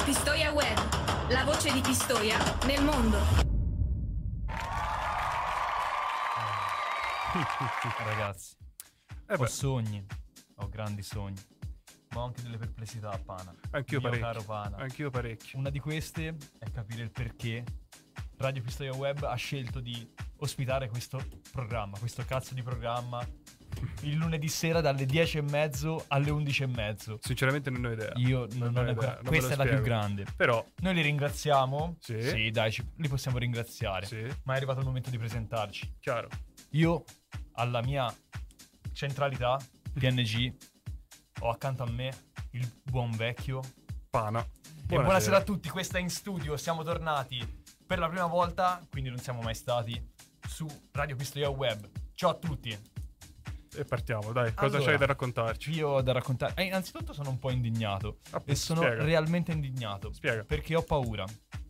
Pistoia Web, la voce di Pistoia nel mondo. Ragazzi, ho sogni, ho grandi sogni, ma ho anche delle perplessità, Pana. Anch'io Mio parecchio. caro Pana. Anch'io parecchio. Una di queste è capire il perché Radio Pistoia Web ha scelto di ospitare questo programma, questo cazzo di programma, il lunedì sera dalle 10:30 alle 11:30. Sinceramente non ho idea. Io non ho ancora. Questa è la più grande. Però noi li ringraziamo. Sì, dai, li possiamo ringraziare. Sì. Ma è arrivato il momento di presentarci. Chiaro. Io, alla mia centralità, PNG, ho accanto a me il buon vecchio Pana. E buonasera a tutti, questa è In Studio. Siamo tornati per la prima volta, quindi non siamo mai stati, su Radio Pistoia Web. Ciao a tutti. E partiamo, dai, cosa Allora, c'hai da raccontarci? Io ho da raccontare. Innanzitutto sono un po' indignato. E sono realmente indignato. Spiega. Perché ho paura.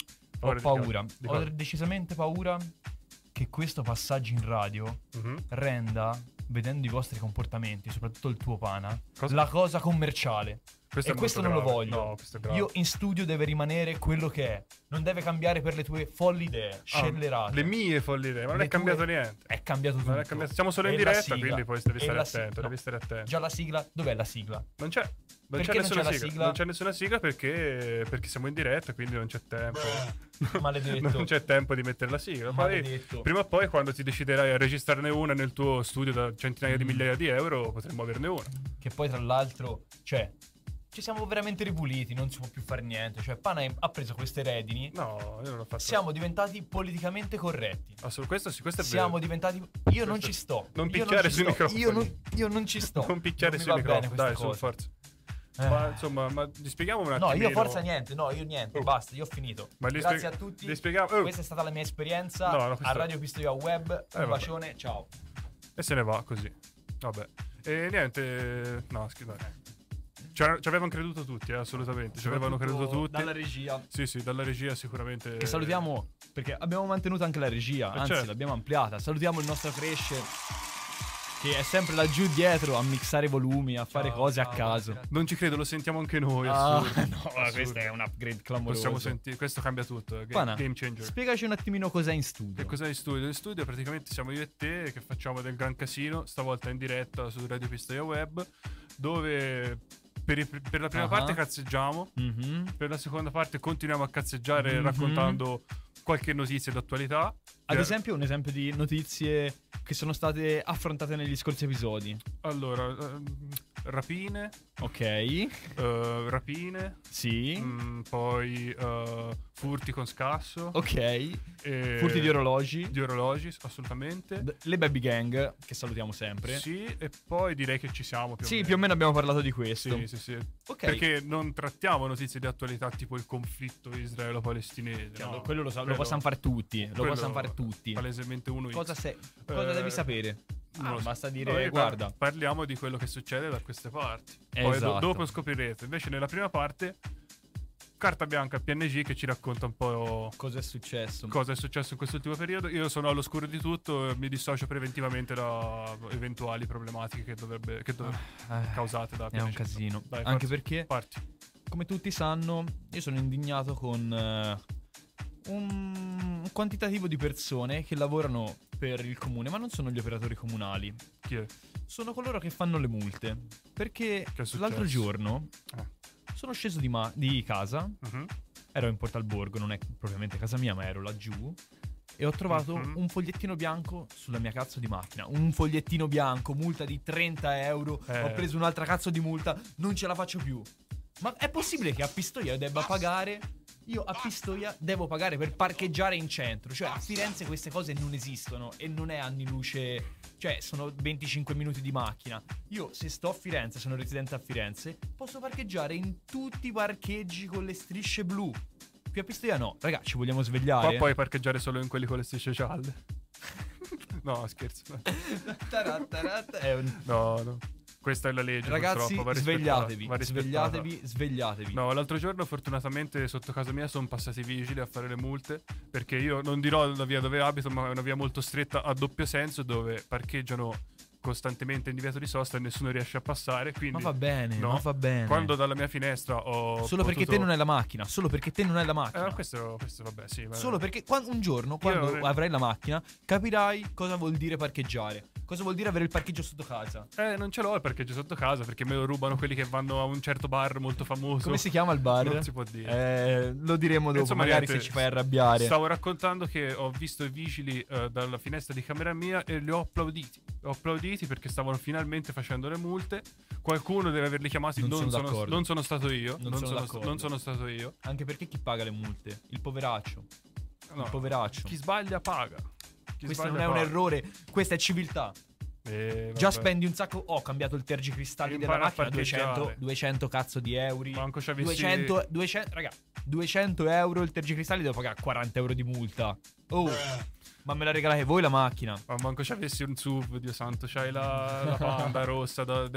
Ho paura. Ho decisamente paura che questo passaggio in radio renda, vedendo i vostri comportamenti, soprattutto il tuo, Pana, la cosa commerciale. E questo non lo voglio. No, questo è grave. Io In Studio deve rimanere quello che è. Non deve cambiare per le tue folli idee, scellerate. Le mie folli idee, ma non è cambiato niente. È cambiato tutto. Non è cambiato. Siamo solo in diretta, quindi poi devi stare attento. Devi stare attento. Già la sigla? Dov'è la sigla? Non c'è. Non c'è nessuna sigla. Non c'è nessuna sigla perché siamo in diretta, quindi non c'è tempo. Maledetto. Non c'è tempo di mettere la sigla. Poi, prima o poi, quando ti deciderai a registrarne una nel tuo studio da centinaia di migliaia di euro, potremmo averne una. Che poi, tra l'altro, ci siamo veramente ripuliti, non si può più fare niente. Cioè, Pana ha preso queste redini. No, io non l'ho fatto. Siamo diventati politicamente corretti. Questo è vero. Siamo diventati. Io non ci sto. Non picchiare sui microfoni. Io non ci sto. Non picchiare sui microfoni. Dai, su, forza. Ma insomma, gli spieghiamo un attimo. No, io forza niente. No, io niente. Basta, io ho finito. Grazie a tutti. Questa è stata la mia esperienza a Radio Pistoia Web. Un bacione, ciao. E se ne va così. Vabbè. E niente. No, dai. Ci avevano creduto tutti, assolutamente. Ci avevano creduto tutti. Dalla regia. Sì, dalla regia sicuramente. Che salutiamo, perché abbiamo mantenuto anche la regia. Anzi, l'abbiamo ampliata. Salutiamo il nostro Cresce, che è sempre laggiù dietro a mixare volumi, a fare cose a caso. Non ci credo, lo sentiamo anche noi. Assurdo. Questo è un upgrade clamoroso. Possiamo sentire, questo cambia tutto. Game changer. Spiegaci un attimino cos'è In Studio. Che cos'è In Studio? In Studio praticamente siamo io e te che facciamo del gran casino, stavolta in diretta su Radio Pistoia Web, dove per la prima parte cazzeggiamo, per la seconda parte continuiamo a cazzeggiare raccontando qualche notizia d'attualità. Ad esempio, un esempio di notizie che sono state affrontate negli scorsi episodi. Allora, rapine. Ok. Rapine. Sì. Poi furti con scasso. Ok. Furti di orologi. Di orologi, assolutamente. Le baby gang, che salutiamo sempre. Sì, e poi direi che ci siamo più o meno. Più o meno abbiamo parlato di questo. Sì. Ok. Perché non trattiamo notizie di attualità tipo il conflitto israelo-palestinese. No? Quello lo possiamo fare tutti. Lo possiamo fare tutti. Palesemente uno. Cosa devi sapere? Basta dire, noi guarda. Parliamo di quello che succede da queste parti. Esatto. Poi dopo scoprirete. Invece nella prima parte, carta bianca PNG che ci racconta un po' cosa è successo in quest'ultimo periodo. Io sono all'oscuro di tutto e mi dissocio preventivamente da eventuali problematiche che dovrebbe causate da PNG. È un casino. Dai, anche perché, parti. Come tutti sanno, io sono indignato con un quantitativo di persone che lavorano per il comune, ma non sono gli operatori comunali. Chi è? Sono coloro che fanno le multe. Perché l'altro giorno sono sceso di casa, ero in Portalborgo, non è propriamente casa mia, ma ero laggiù, e ho trovato un fogliettino bianco sulla mia cazzo di macchina. Un fogliettino bianco, multa di 30 euro. Ho preso un'altra cazzo di multa, non ce la faccio più. Ma è possibile che a Pistoia debba pagare? Io a Pistoia devo pagare per parcheggiare in centro. Cioè a Firenze queste cose non esistono e non è anni luce. Cioè sono 25 minuti di macchina. Io se sto a Firenze, sono residente a Firenze, posso parcheggiare in tutti i parcheggi con le strisce blu. Qui a Pistoia no. Raga, ci vogliamo svegliare? Qua puoi parcheggiare solo in quelli con le strisce gialle. No, scherzo. No. Questa è la legge. Ragazzi, svegliatevi. No, l'altro giorno fortunatamente sotto casa mia sono passati i vigili a fare le multe, perché io non dirò la via dove abito, ma è una via molto stretta a doppio senso dove parcheggiano costantemente in divieto di sosta e nessuno riesce a passare, quindi Ma va bene, no. ma va bene. Quando dalla mia finestra ho Solo perché te non hai la macchina. Solo perché te non hai la macchina. questo vabbè, sì. Solo perché un giorno, quando avrai la macchina, capirai cosa vuol dire parcheggiare. Cosa vuol dire avere il parcheggio sotto casa. Non ce l'ho il parcheggio sotto casa perché me lo rubano quelli che vanno a un certo bar molto famoso. Come si chiama il bar? Non si può dire. Lo diremo dopo, Insomma, magari niente, se ci fai arrabbiare. Stavo raccontando che ho visto i vigili dalla finestra di camera mia e li ho applauditi. Ho applauditi perché stavano finalmente facendo le multe. Qualcuno deve averli chiamati. Non sono stato io. Non sono stato io. Anche perché chi paga le multe? Il poveraccio. No, il poveraccio. Chi sbaglia paga. Questo non è un errore, questa è civiltà. Già spendi un sacco. Ho cambiato il tergicristalli della macchina, 200 cazzo di euro. Manco 200 raga, 200 euro il tergicristalli, devo pagare 40 euro di multa. Oh, ma me la regalate voi la macchina? Ma manco ci avessi un SUV, Dio santo. C'hai la Panda rossa del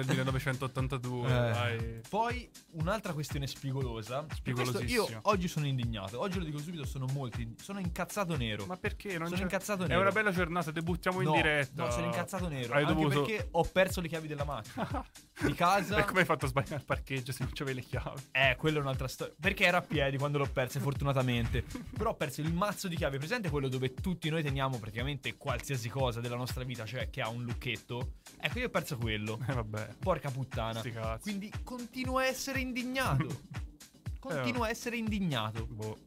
1982. Dai. Poi un'altra questione spigolosa. Spigolosissima. Io oggi sono indignato. Oggi lo dico subito, sono incazzato nero. Ma perché? Sono incazzato nero. È una bella giornata, debuttiamo in diretta. No, sono incazzato nero. Hai anche dovuto... perché ho perso le chiavi della macchina. Di casa. E come hai fatto a sbagliare il parcheggio se non c'avevi le chiavi? Quella è un'altra storia. Perché ero a piedi quando l'ho persa, fortunatamente. Però ho perso il mazzo di chiavi. Presente quello dove tutti noi teniamo praticamente qualsiasi cosa della nostra vita, cioè che ha un lucchetto? Ecco, io ho perso quello. Vabbè. Porca puttana. Sti cazzi. Quindi continuo a essere indignato. Continuo a essere indignato. Boh.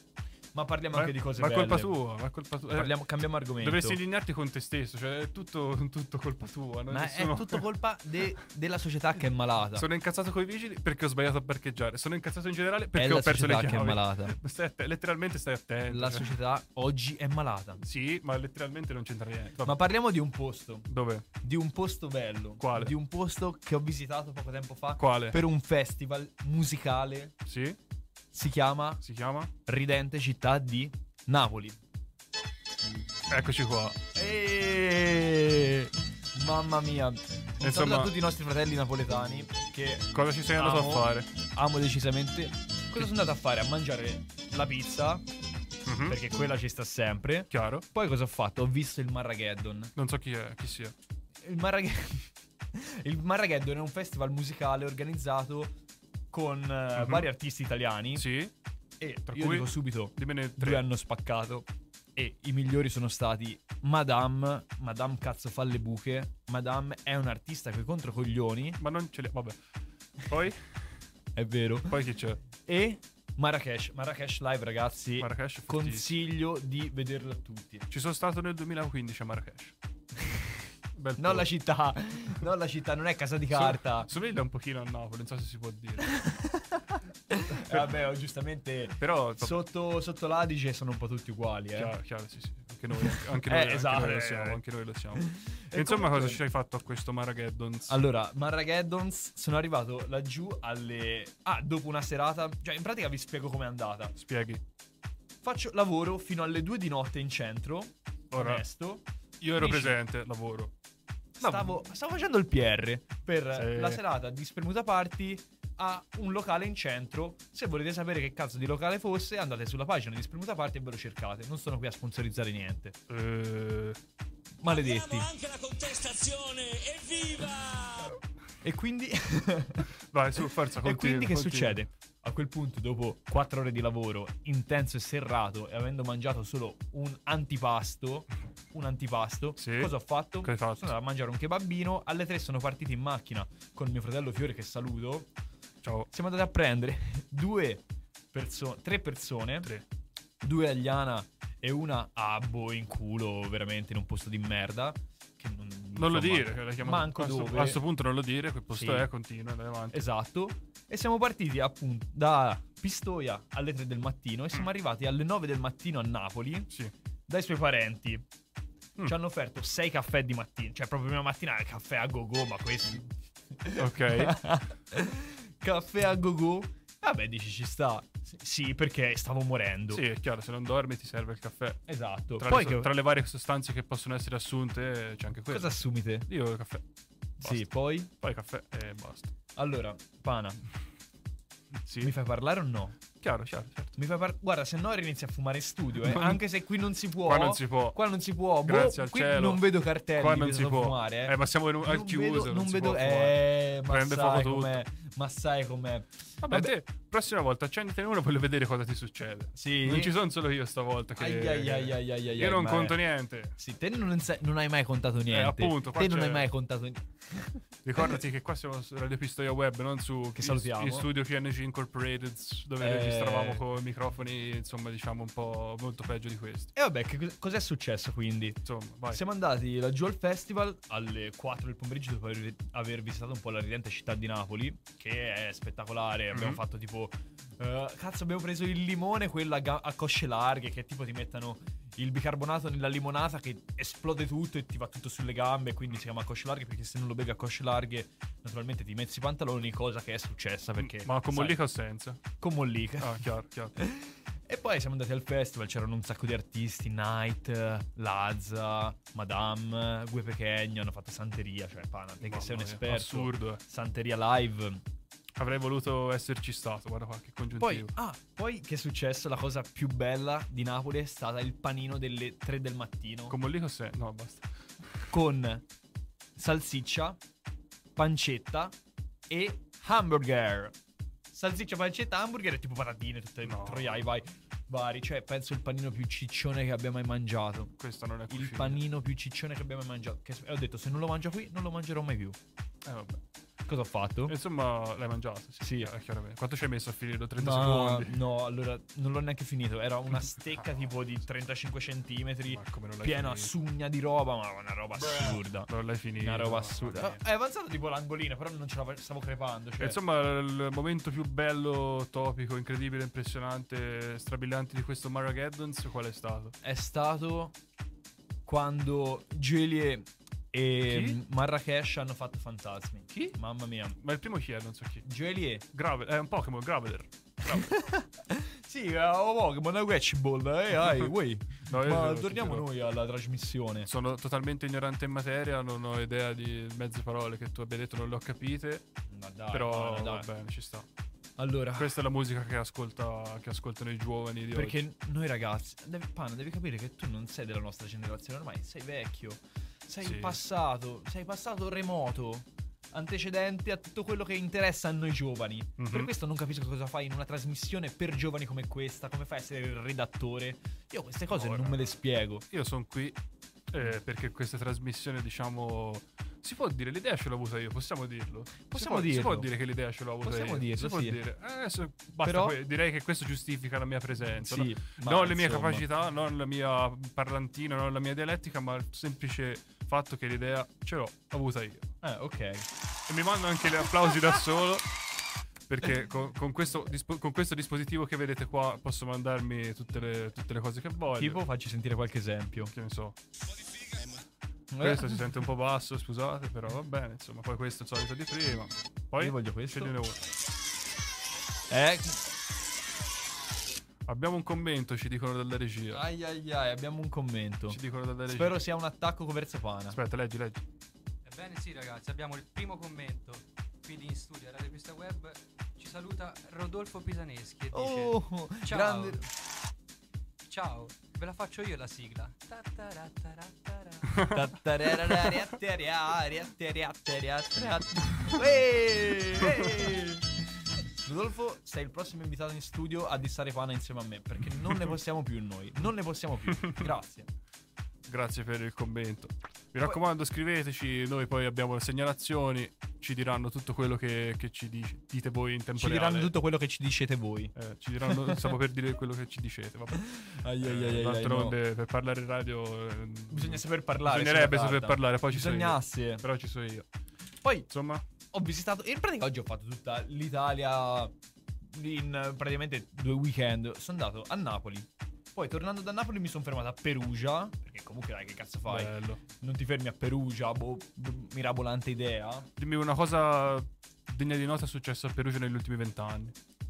Ma parliamo anche di cose ma belle. Ma è colpa tua. Cambiamo argomento. Dovresti indignarti con te stesso, cioè è tutto colpa tua. Ma è tutto colpa della società che è malata. Sono incazzato con i vigili perché ho sbagliato a parcheggiare. Sono incazzato in generale perché ho perso le chiavi. È la società che è malata. Letteralmente stai attento. La società oggi è malata. Sì, ma letteralmente non c'entra niente. Vabbè. Ma parliamo di un posto. Dove? Di un posto bello. Quale? Di un posto che ho visitato poco tempo fa. Quale? Per un festival musicale. Sì. Si chiama Ridente Città di Napoli. Eccoci qua. Mamma mia. Un saluto a tutti i nostri fratelli napoletani. Che cosa ci sei andato a fare? Amo decisamente. Cosa sono andato a fare? A mangiare la pizza. Perché quella ci sta sempre. Chiaro. Poi cosa ho fatto? Ho visto il Marrageddon. Non so chi sia. Il Marrageddon è un festival musicale organizzato con vari artisti italiani. Sì. E io dico subito, 3 hanno spaccato. E i migliori sono stati Madame cazzo fa le buche. Madame è un artista coi controcoglioni. Ma non ce li... Vabbè. Poi? È vero. Poi chi c'è? E Marrakesh live, ragazzi. Marrakesh consiglio di vederlo a tutti. Ci sono stato nel 2015 a Marrakesh. Non la città, non è casa di carta. Somiglia un pochino a Napoli, non so se si può dire. Vabbè, giustamente. Però sotto l'Adige sono un po' tutti uguali, Chiaro, sì. Anche noi, esatto, anche noi lo siamo. E insomma, cosa ci hai fatto a questo Marrageddons? Allora, Marrageddons, sono arrivato laggiù dopo una serata. Cioè, in pratica vi spiego com'è andata. Spieghi. Lavoro fino alle 2 di notte in centro. Onesto. Io ero presente, lavoro. Stavo facendo il PR per la serata di Spremuta Party a un locale in centro. Se volete sapere che cazzo di locale fosse, andate sulla pagina di Spremuta Party e ve lo cercate. Non sono qui a sponsorizzare niente. Maledetti. Anche la contestazione, evviva! E quindi vai su, forza, continua. E quindi che succede? A quel punto, dopo 4 ore di lavoro intenso e serrato e avendo mangiato solo un antipasto, sì. Cosa ho fatto? Che hai fatto? Sono andato a mangiare un kebabino. Alle 3 sono partito in macchina con mio fratello Fiore, che saluto. Ciao. Siamo andati a prendere 3 persone. 2 a Liana e una a in culo, veramente in un posto di merda. Che non lo dire, manco dove. A questo punto non lo dire, quel posto è, continua, andai avanti. Esatto. E siamo partiti appunto da Pistoia alle 3 del mattino e siamo arrivati alle 9 del mattino a Napoli. Sì. Dai suoi parenti. Ci hanno offerto 6 caffè di mattina. Cioè proprio prima mattina il caffè a go-go. Ma questi ok. Caffè a go-go. Vabbè, dici ci sta. Sì, perché stavo morendo. Sì, è chiaro, se non dormi ti serve il caffè. Esatto. Tra le varie sostanze che possono essere assunte c'è anche quello. Cosa assumite? Io il caffè. Basta. Sì, poi caffè e basta. Allora, Pana. Sì. Mi fai parlare o no? Chiaro. Guarda, se no inizi a fumare in studio, anche se qui non si può. Qua non si può. Grazie al cielo. Non vedo cartelli. Qua non si può fumare. Ma siamo al chiuso. Non vedo. Prende fuoco tutto. Ma sai com'è. Vabbè, te, prossima volta accenditene uno, voglio vedere cosa ti succede. Sì. Non ci sono solo io stavolta che io non conto niente. Sì, te non hai mai contato niente. Appunto, te non hai mai contato niente. Ricordati che qua siamo su Radio Pistoia Web, non su che salutiamo. In studio PNG Incorporated, dove registravamo con microfoni, insomma, diciamo un po' molto peggio di questi. E vabbè, cos'è successo quindi? Insomma, vai. Siamo andati laggiù al festival alle 4 del pomeriggio dopo aver visitato un po' la ridente città di Napoli, che è spettacolare. Abbiamo fatto tipo abbiamo preso il limone, quello a cosce larghe, che tipo ti mettono il bicarbonato nella limonata che esplode tutto e ti va tutto sulle gambe, quindi si chiama cosce larghe, perché se non lo bevi a cosce larghe naturalmente ti mezzi i pantaloni, cosa che è successa perché ma con mollica o senza? Con mollica. Ah, chiaro. E poi siamo andati al festival, c'erano un sacco di artisti, Night, Lazza, Madame, Gue Pequeno, hanno fatto Santeria, cioè pana, te che sei un esperto. Assurdo. Santeria live. Avrei voluto esserci stato, guarda qua che congiuntivo. Poi che è successo? La cosa più bella di Napoli è stata il panino delle 3 del mattino. Con mollica o se? No, basta. Con salsiccia, pancetta e hamburger. Salsiccia, pancetta, hamburger e tipo patatine, tutte le troiai vari. Cioè, penso il panino più ciccione che abbia mai mangiato. Questo non è il panino più ciccione che abbia mai mangiato. E ho detto, se non lo mangio qui, non lo mangerò mai più. Vabbè. Cosa ho fatto? Insomma, l'hai mangiato? Sì. Chiaramente. Quanto ci hai messo a finire? 30 secondi? No, allora non l'ho neanche finito. Era una stecca tipo di 35 centimetri, piena sugna di roba, ma una roba assurda. Non l'hai finito. Una roba assurda. È avanzato tipo l'angolina, però non ce la stavo crepando. Cioè. Insomma, il momento più bello, topico, incredibile, impressionante, strabiliante di questo Marageddons qual è stato? È stato quando Julie e Marrakesh hanno fatto Fantasmi. Chi? Mamma mia. Ma il primo chi è? Non so chi. Julie è un Pokémon, Graveler. Sì, è un Pokémon, è Witch Ball, uè. Ma torniamo noi alla trasmissione. Sono totalmente ignorante in materia, non ho idea di mezze parole che tu abbia detto, non le ho capite. Ma dai, però va bene, ci sta. Allora, questa è la musica che ascoltano i giovani di perché oggi. Noi ragazzi, devi capire che tu non sei della nostra generazione, ormai sei vecchio. Sei passato remoto, antecedente a tutto quello che interessa a noi giovani. Per questo non capisco cosa fai in una trasmissione per giovani come questa, come fai a essere il redattore. Io queste cose non me le spiego. Io sono qui perché questa trasmissione, diciamo, si può dire, l'idea ce l'ho avuta io, possiamo dirlo? Si può dire che l'idea ce l'ho avuta io? Possiamo dirlo, si può dire. Adesso basta, però direi che questo giustifica la mia presenza. Sì, non le mie capacità, non la mia parlantina, non la mia dialettica, ma il semplice fatto che l'idea ce l'ho avuta io. Ok. E mi mando anche gli applausi da solo, perché con questo dispositivo che vedete qua posso mandarmi tutte le cose che voglio. Tipo, facci sentire qualche esempio. Che ne so. Questo si sente un po' basso, scusate, però va bene, insomma. Poi questo è il solito di prima. Poi io voglio questo. Scegliene uno. Abbiamo un commento, ci dicono dalla regia. Ai, abbiamo un commento. Ci dicono dalla regia. Spero sia un attacco con Verzapana. Aspetta, leggi. Ebbene sì, ragazzi, abbiamo il primo commento. Quindi in studio a Radio Pista Web ci saluta Rodolfo Pisaneschi e dice: ciao. Grande. Ciao, ve la faccio io la sigla. Rodolfo, sei il prossimo invitato in studio a dissare pana insieme a me, perché non ne possiamo più noi. Non ne possiamo più. Grazie. Grazie per il commento. Mi raccomando, scriveteci, noi poi abbiamo segnalazioni, ci diranno tutto quello che ci dite voi in tempo reale. Ci diranno tutto quello che ci dicete voi. Ci diranno, stavo per dire quello che ci dicete, vabbè. D'altronde, per parlare in radio bisogna saper parlare. Bisognerebbe saper parlare, poi bisognasse. Però ci sono io. Poi, insomma, ho visitato, in pratica oggi ho fatto tutta l'Italia in praticamente 2 weekend. Sono andato a Napoli. Poi tornando da Napoli mi sono fermato a Perugia, perché comunque dai, che cazzo fai? Bello. Non ti fermi a Perugia, mirabolante idea. Dimmi una cosa degna di nota è successo a Perugia negli ultimi 20 anni.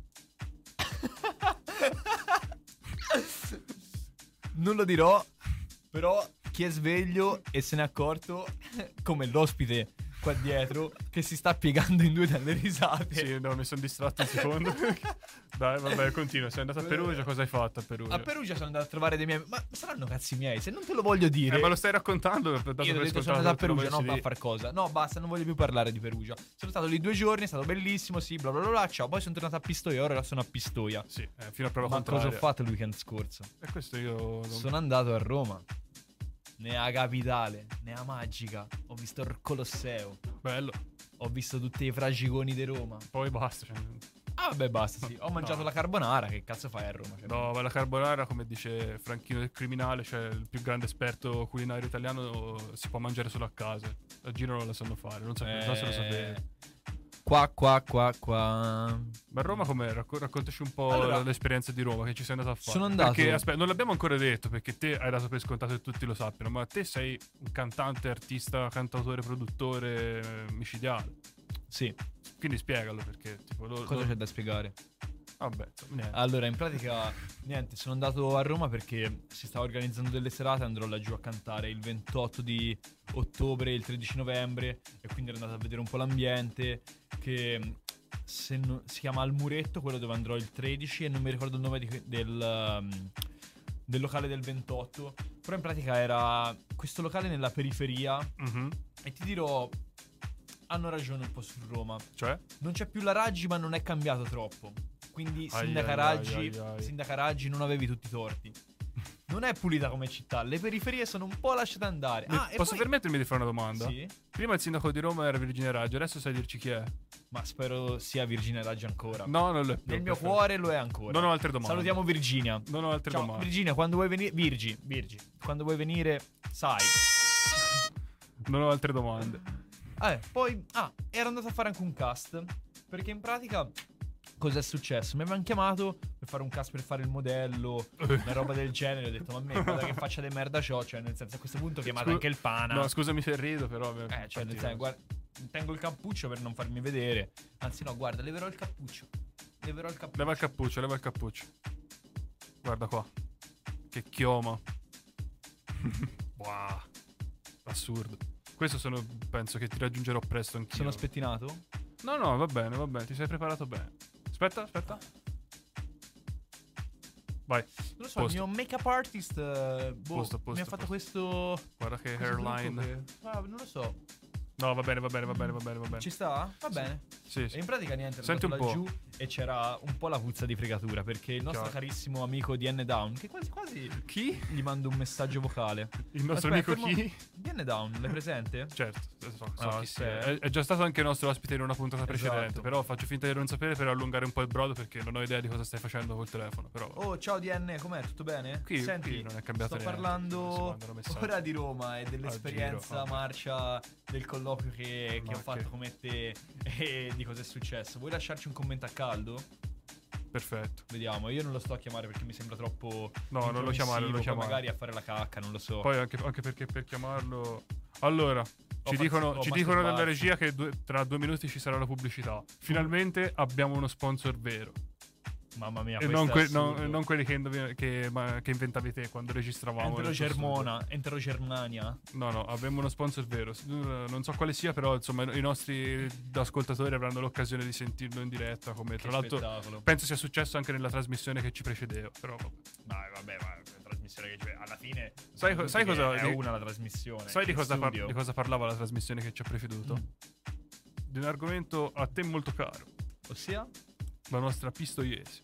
Non lo dirò, però chi è sveglio e se n'è accorto, come l'ospite qua dietro, che si sta piegando in 2 dalle risate. Sì, no, mi sono distratto un secondo. Dai, vabbè, continua. Sei andato a Perugia, cosa hai fatto a Perugia? A Perugia sono andato a trovare dei miei... Ma saranno cazzi miei, se non te lo voglio dire... ma lo stai raccontando? Io ho detto sono andato a Perugia, no, a far cosa. No, basta, non voglio più parlare di Perugia. Sono stato lì 2 giorni, è stato bellissimo, sì, bla bla bla, ciao. Poi sono tornato a Pistoia, ora sono a Pistoia. Sì, fino a prova Ma contraria. cosa ho fatto il weekend scorso? E questo io... Sono andato a Roma. Nella capitale, nella magica. Ho visto il Colosseo. Bello. Ho visto tutti i fragiconi di Roma. Poi basta. Ah, vabbè, basta, sì. Ho mangiato la carbonara. Che cazzo fai a Roma? Cioè, No, ma la carbonara, come dice Franchino del Criminale, cioè il più grande esperto culinario italiano, si può mangiare solo a casa. A giro non la sanno fare, non so se lo sapete. Qua. Ma a Roma com'è? Raccontaci un po' Allora, l'esperienza di Roma che ci sei andato a fare. Sono andato... Perché, aspetta, non l'abbiamo ancora detto, perché te hai dato per scontato che tutti lo sappiano, ma te sei un cantante, artista, cantautore, produttore micidiale. Sì. Quindi spiegalo, perché tipo... Cosa c'è da spiegare? Vabbè, niente. Allora, in pratica, niente, sono andato a Roma perché si stava organizzando delle serate, andrò laggiù a cantare il 28 di ottobre e il 13 novembre e quindi ero andato a vedere un po' l'ambiente che si chiama Al Muretto, quello dove andrò il 13 e non mi ricordo il nome del locale del 28, però in pratica era questo locale nella periferia e ti dirò... Hanno ragione un po' su Roma. Cioè? Non c'è più la Raggi, ma non è cambiato troppo. Quindi Sindaca Raggi non avevi tutti i torti. Non è pulita come città. Le periferie sono un po' lasciate andare. Posso permettermi di fare una domanda? Sì. Prima il sindaco di Roma era Virginia Raggi, adesso sai dirci chi è? Ma spero sia Virginia Raggi ancora. No, non lo è più. Nel mio cuore lo è ancora. Non ho altre domande. Salutiamo Virginia. Non ho altre domande. Virginia, quando vuoi venire... Virgi. Quando vuoi venire, sai. Non ho altre domande. Poi ero andato a fare anche un cast. Perché in pratica cos'è successo? Mi avevano chiamato per fare un cast, per fare il modello, una roba del genere. Ho detto, ma a me guarda che faccia di merda c'ho. Cioè nel senso, a questo punto chiamate anche il Pana. No, scusami se rido, però cioè nel senso, guarda, tengo il cappuccio per non farmi vedere. Anzi no, guarda, leverò il cappuccio. Leva il cappuccio. Guarda qua. Che chioma. Wow. Assurdo. Questo penso che ti raggiungerò presto anch'io. Sono spettinato? No, va bene, ti sei preparato bene. Aspetta. Vai. Non lo so, il mio make-up artist mi ha fatto questo... Guarda che hairline. Non lo so. No, va bene. Ci sta? Va bene. Sì. E in pratica niente, Senti un po'. laggiù e c'era un po' la puzza di fregatura, perché il nostro carissimo amico DN Down, che quasi chi? Gli mando un messaggio vocale. Il nostro amico chi? DN Down, l'hai presente? Certo, so chi sia. È già stato anche nostro ospite in una puntata precedente, però faccio finta di non sapere per allungare un po' il brodo, perché non ho idea di cosa stai facendo col telefono, però. Oh, ciao DN, com'è? Tutto bene? Senti, qui non è cambiato sto niente. parlando ora di Roma e dell'esperienza marcia del colloquio che ho fatto come te e di cosa è successo. Vuoi lasciarci un commento a caldo? Perfetto. Vediamo, io non lo sto a chiamare perché mi sembra troppo... No, non lo chiamare, magari a fare la cacca, non lo so. Poi anche perché per chiamarlo... Allora, ci dicono dalla regia che tra 2 minuti ci sarà la pubblicità. Finalmente abbiamo uno sponsor vero. Mamma mia, e non quelli che inventavi te quando registravamo. Entero Germania. No, abbiamo uno sponsor vero. Non so quale sia, però insomma i nostri ascoltatori avranno l'occasione di sentirlo in diretta. Come tra l'altro penso sia successo anche nella trasmissione che ci precedeva. Però vabbè, ma la trasmissione che alla fine sai cosa è una la trasmissione. Sai di cosa parlava la trasmissione che ci ha preceduto? Di un argomento a te molto caro. Ossia? La nostra Pistoiese.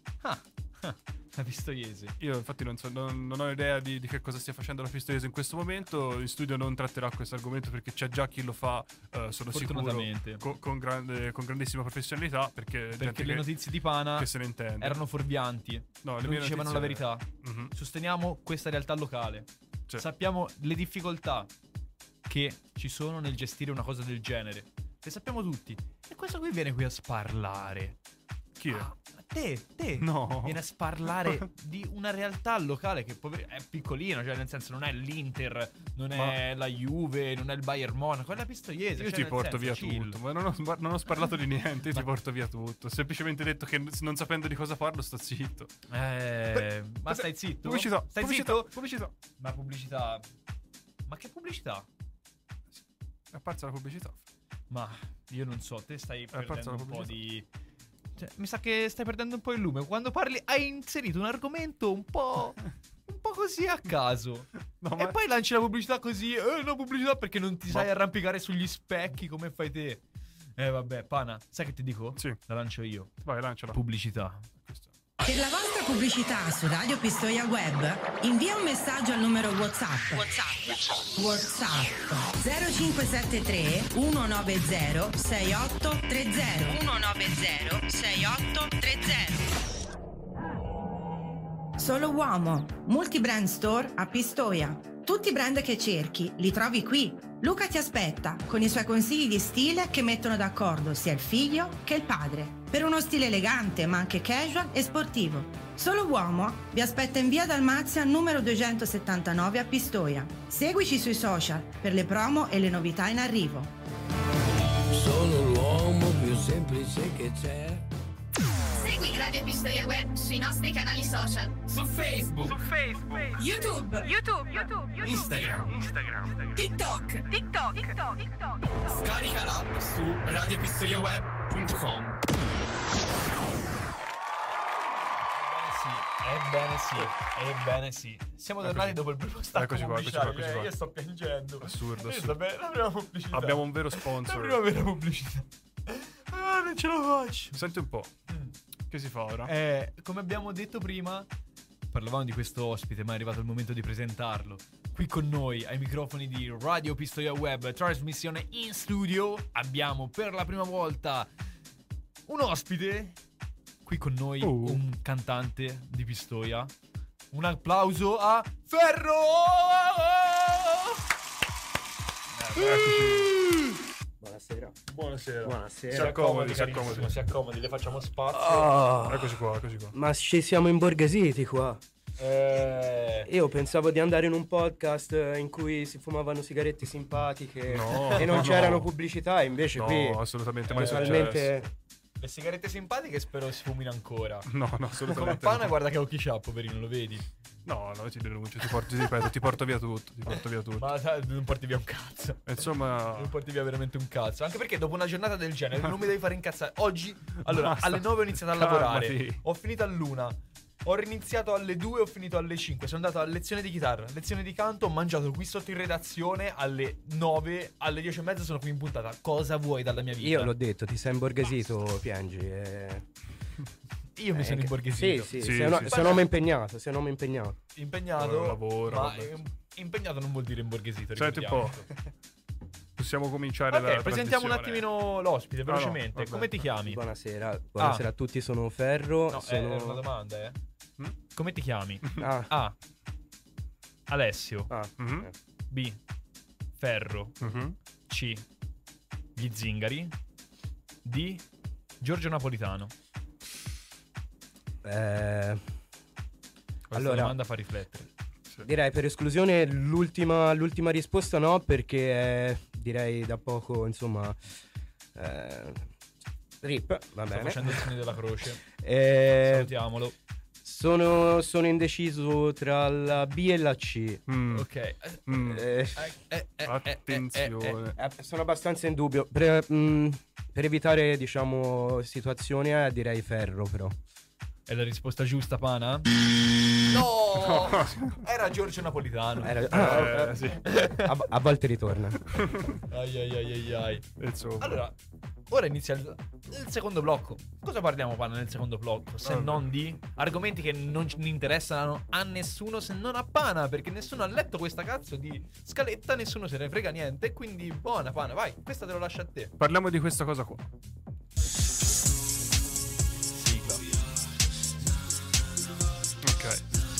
La Pistoiese. Io infatti non ho idea di che cosa stia facendo la Pistoiese in questo momento. In studio non tratterà questo argomento perché c'è già chi lo fa, sono sicuro, con grandissima professionalità, perché le notizie di Pana che se ne intende erano fuorvianti. No, non dicevano la verità. Sosteniamo questa realtà locale. Sappiamo le difficoltà che ci sono nel gestire una cosa del genere. Le sappiamo tutti. E questo qui viene qui a sparlare. Chi è? Te No. Viene a sparlare di una realtà locale che è piccolina, cioè nel senso non è l'Inter, non è la Juve, non è il Bayern Monaco, è la Pistoiese. Io ti porto via tutto, ma non ho parlato di niente, io ti porto via tutto. Ho semplicemente detto che non sapendo di cosa parlo sto zitto. Ma stai zitto? Pubblicità. Ma pubblicità? Ma che pubblicità? È apparsa la pubblicità. Ma io non so, te stai perdendo un po' di... Cioè, mi sa che stai perdendo un po' il lume. Quando parli hai inserito un argomento un po' così a caso. No, e poi lanci la pubblicità così. No, pubblicità perché non ti sai arrampicare sugli specchi come fai te. Vabbè, Pana, sai che ti dico? Sì. La lancio io. Vai, lanciala. Pubblicità. Per la vostra pubblicità su Radio Pistoia Web, invia un messaggio al numero WhatsApp 0573 190 6830 190 6830. Solo Uomo, multi-brand store a Pistoia. Tutti i brand che cerchi li trovi qui. Luca ti aspetta con i suoi consigli di stile che mettono d'accordo sia il figlio che il padre, per uno stile elegante ma anche casual e sportivo. Solo Uomo vi aspetta in via Dalmazia numero 279 a Pistoia. Seguici sui social per le promo e le novità in arrivo. Sono l'uomo più semplice che c'è. Segui Radio Pistoia Web sui nostri canali social. Su Facebook, YouTube, Instagram. TikTok. Scarica l'app su radiopistoiaweb.com. Ebbene sì. Siamo tornati dopo il primo stacco pubblicitario. Eccoci qua. Io sto piangendo. Assurdo. La prima pubblicità. Abbiamo un vero sponsor. La prima vera pubblicità. Non ce la faccio. Senti un po'. Che si fa ora? Come abbiamo detto prima, parlavamo di questo ospite, ma è arrivato il momento di presentarlo. Qui con noi, ai microfoni di Radio Pistoia Web, trasmissione in studio, abbiamo per la prima volta un ospite. Qui con noi un cantante di Pistoia. Un applauso a Ferro! Buonasera. Si accomodi, le facciamo spazio. Eccoci qua. Ma ci siamo imborghesiti qua. Io pensavo di andare in un podcast in cui si fumavano sigarette simpatiche e non c'erano pubblicità, invece qui assolutamente mai totalmente. Le sigarette simpatiche spero si fumino ancora. No, assolutamente. Come Pana, guarda che occhi c'ha, poverino, lo vedi? No, ti denuncio, ti porto via tutto. Ma non porti via un cazzo. Insomma, non porti via veramente un cazzo. Anche perché dopo una giornata del genere non mi devi fare incazzare. Oggi, allora, alle 9 ho iniziato a lavorare. Calmati. Ho finito all'1. Ho riniziato alle 2 e ho finito alle 5. Sono andato a lezione di chitarra, lezione di canto. Ho mangiato qui sotto in redazione alle 9. Alle 10:30 sono qui in puntata. Cosa vuoi dalla mia vita? Io l'ho detto, ti sei imborghesito, piangi. Io mi sono imborghesito. Sì, sei un uomo impegnato. Impegnato. Lavoro. Ma impegnato non vuol dire imborghesito. Senti un po'. Possiamo cominciare la presentiamo un attimino l'ospite velocemente. Come ti chiami? Buonasera a tutti, sono Ferro. No, è una domanda, Come ti chiami? A. Alessio. B. Ferro. C. Gli Zingari. D. Giorgio Napolitano. Questa domanda fa riflettere. Direi per esclusione l'ultima risposta no, perché direi da poco, insomma, RIP, va bene. Sto facendo il segno della croce. Salutiamolo. Sono indeciso tra la B e la C. Ok. Attenzione. Sono abbastanza in dubbio. Per evitare, diciamo, situazioni, direi Ferro, però. È la risposta giusta, Pana? No! Era Giorgio Napolitano. Sì. A volte ritorna. Ai. Insomma. Allora, ora inizia il secondo blocco. Cosa parliamo, Pana, nel secondo blocco? Se non di argomenti che non interessano a nessuno se non a Pana, perché nessuno ha letto questa cazzo di scaletta, nessuno se ne frega niente. Quindi buona, Pana, vai, questa te lo lascio a te. Parliamo di questa cosa qua. Ok.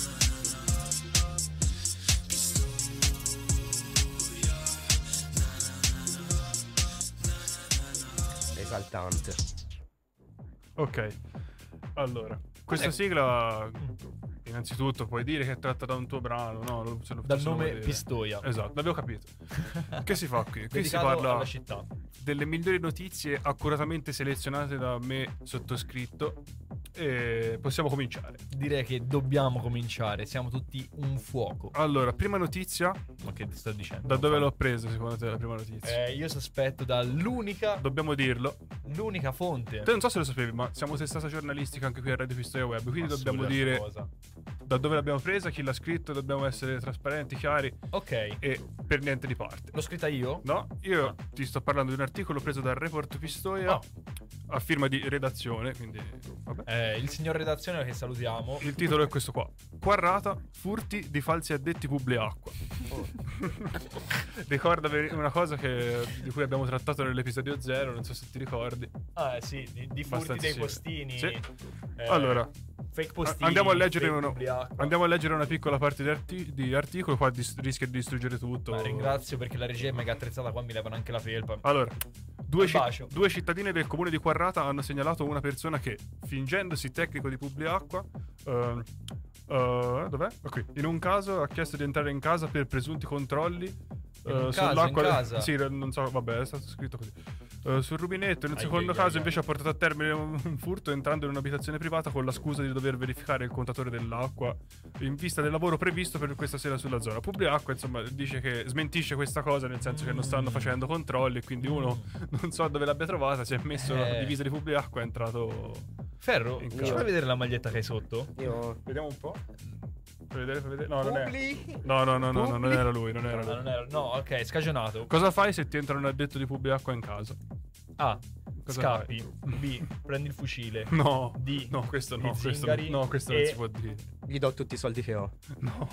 Esaltante. Ok. Allora, questa sigla innanzitutto puoi dire che è tratta da un tuo brano, no? Dal nome Pistoia. Esatto, l'avevo capito. Che si fa qui? Qui si Dedicato parla alla città. delle migliori notizie accuratamente selezionate da me sottoscritto e possiamo cominciare. Direi che dobbiamo cominciare, siamo tutti un fuoco. Allora, prima notizia. Ma che ti sto dicendo? Da dove l'ho presa secondo te la prima notizia? Io sospetto dall'unica, dobbiamo dirlo, l'unica fonte. Te non so se lo sapevi, ma siamo testata giornalistica anche qui a Radio Pistoia Web, quindi dobbiamo dire da dove l'abbiamo presa, chi l'ha scritto, dobbiamo essere trasparenti, chiari. Ok. E per niente di parte. L'ho scritta io? No, io ti sto parlando di un articolo preso dal Report Pistoia a firma di redazione, quindi vabbè. Il signor redazione che salutiamo. Il titolo è questo qua: Quarrata, furti di falsi addetti Publiacqua. Ricorda una cosa di cui abbiamo trattato nell'episodio 0, non so se ti ricordi. Ah sì, di furti dei postini. Sì. Allora, fake postini. Andiamo a leggere una piccola parte di articolo, qua rischia di distruggere tutto. Ma ringrazio perché la regia è mega attrezzata, qua mi levano anche la felpa. Allora, due cittadini del comune di Quarrata hanno segnalato una persona che, fingendosi tecnico di Publiacqua, dov'è? Qui. In un caso ha chiesto di entrare in casa per presunti controlli sull'acqua. In casa? Sì, non so, vabbè, è stato scritto così. Sul rubinetto. In un secondo caso invece ha portato a termine un furto entrando in un'abitazione privata con la scusa di dover verificare il contatore dell'acqua in vista del lavoro previsto per questa sera sulla zona. Publiacqua, insomma, dice che smentisce questa cosa, nel senso che non stanno facendo controlli e quindi uno non so dove l'abbia trovata, si è messo la divisa di Publiacqua e è entrato. Ferro, fai vedere la maglietta che hai sotto? Vediamo un po'. Fai vedere. No, non è. No, non era lui, non era lui. No, ok, scagionato. Cosa fai se ti entra un addetto di Publiacqua in casa? A. Scappi. B. Prendi il fucile. No. D. No, questo no. Questo non si può dire. Gli do tutti i soldi che ho.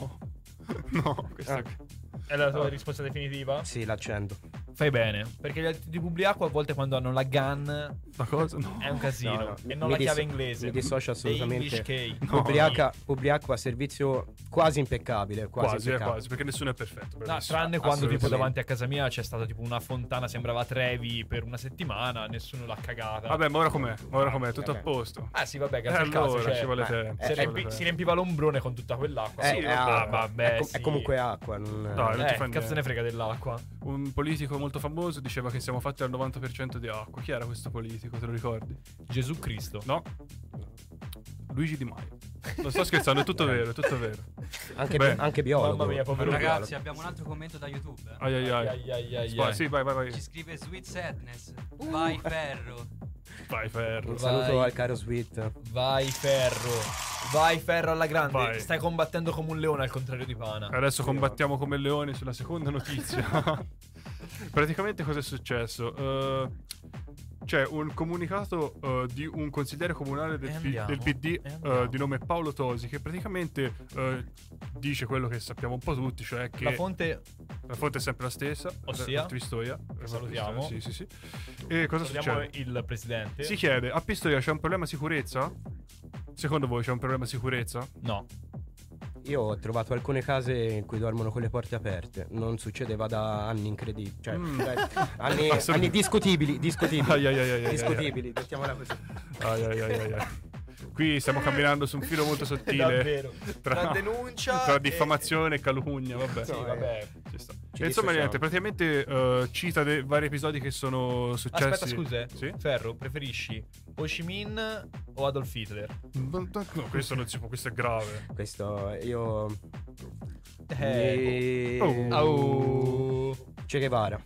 No, questa è la tua risposta definitiva? Sì, l'accendo. Fai bene, perché gli altri di Publiacqua a volte quando hanno la gun la cosa? No. È un casino. No. E non la chiave inglese. Mi dissocio assolutamente. No. Publiacqua servizio quasi impeccabile. Quasi, perché nessuno è perfetto. No, tranne quando tipo davanti a casa mia c'è stata tipo una fontana, sembrava Trevi per una settimana, nessuno l'ha cagata. Vabbè, ma ora com'è? Tutto a posto. Ah sì, vabbè, grazie al caso, cioè, ci vuole tempo. Si riempiva l'ombrone con tutta quell'acqua. Sì, vabbè, è comunque acqua. Non ti fa cazzo ne frega dell'acqua. Un politico molto famoso diceva che siamo fatti al 90% di acqua. Chi era questo politico? Te lo ricordi? Gesù Cristo. No. Luigi Di Maio. Non sto scherzando, è tutto vero, è tutto vero. Anche biologo. Mamma mia, povero ragazzi, abbiamo un altro commento da YouTube. Ai. Sì, vai. Ci scrive Sweet Sadness. Vai Ferro. Un saluto al caro Sweet. Vai Ferro alla grande. Vai. Stai combattendo come un leone al contrario di Pana. Adesso combattiamo come leoni sulla seconda notizia. Praticamente cosa è successo? C'è un comunicato di un consigliere comunale del PD di nome Paolo Tosi, che praticamente dice quello che sappiamo un po' tutti, cioè che la fonte è sempre la stessa, ossia Pistoia. Salutiamo. Sì. E cosa succede? Il presidente Si chiede: a Pistoia c'è un problema sicurezza? Secondo voi c'è un problema sicurezza? No. Io ho trovato alcune case in cui dormono con le porte aperte. Non succedeva da anni incredibili. Cioè, anni discutibili. Discutibili, mettiamola così. Qui stiamo camminando su un filo molto sottile. Davvero. Tra denuncia, tra diffamazione e calunnia. Vabbè. Sì, vabbè. Ci sta. Insomma, niente, praticamente cita dei vari episodi che sono successi. Aspetta, scusa. Sì? Ferro, preferisci Ho Chi Minh o Adolf Hitler? No, questo non si può, questo è grave. Questo io Che Guevara.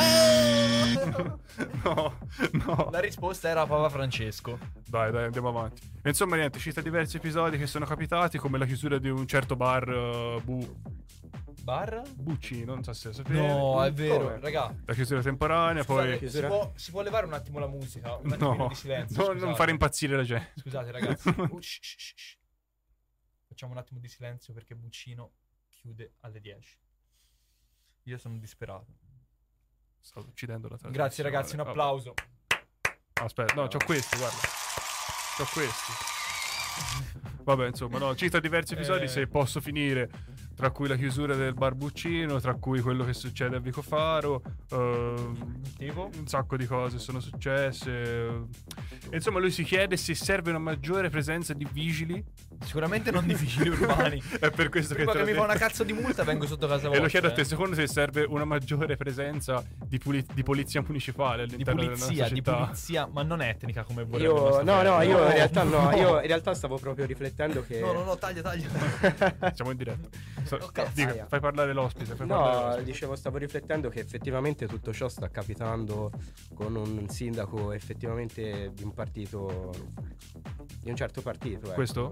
No. La risposta era Papa Francesco. Dai, andiamo avanti. Insomma, niente, cita diversi episodi che sono capitati, come la chiusura di un certo bar Bucci, non so se sapete. No, è vero, raga. La chiusura temporanea. Scusate, poi si può levare un attimo la musica? Un attimo di silenzio. Non fare impazzire la gente. Scusate, ragazzi. Facciamo un attimo di silenzio perché Buccino chiude alle 10. Io sono disperato. Sto uccidendo la trasmissione. Grazie, ragazzi, un applauso. Aspetta, no, c'ho questi, guarda. C'ho questi. Vabbè, insomma, no, cita diversi episodi, se posso finire. tra cui la chiusura del Barbuccino, tra cui quello che succede a Vicofaro, tipo un sacco di cose sono successe. Insomma, lui si chiede se serve una maggiore presenza di vigili. Sicuramente non di vigili urbani. È per questo prima che mi fa una cazzo di multa vengo sotto casa vostra. E lo chiedo a te, secondo te serve una maggiore presenza di polizia municipale all'interno della nostra città? Di polizia, ma non etnica come vorrebbe. Io in realtà no, io in realtà stavo proprio riflettendo che No, taglia. Siamo in diretta. Dica, fai parlare l'ospite. Dicevo, stavo riflettendo che effettivamente tutto ciò sta capitando con un sindaco effettivamente di un partito, di un certo partito. Ecco. Questo?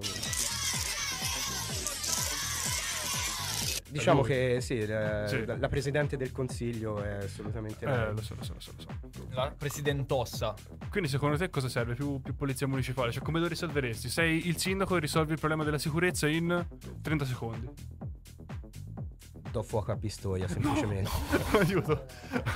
Diciamo che sì, la presidente del consiglio è assolutamente lo so. La presidentossa. Quindi secondo te cosa serve? Più polizia municipale? Cioè, come lo risolveresti? Sei il sindaco e risolvi il problema della sicurezza in 30 secondi. Do fuoco a Pistoia, semplicemente. No, aiuto.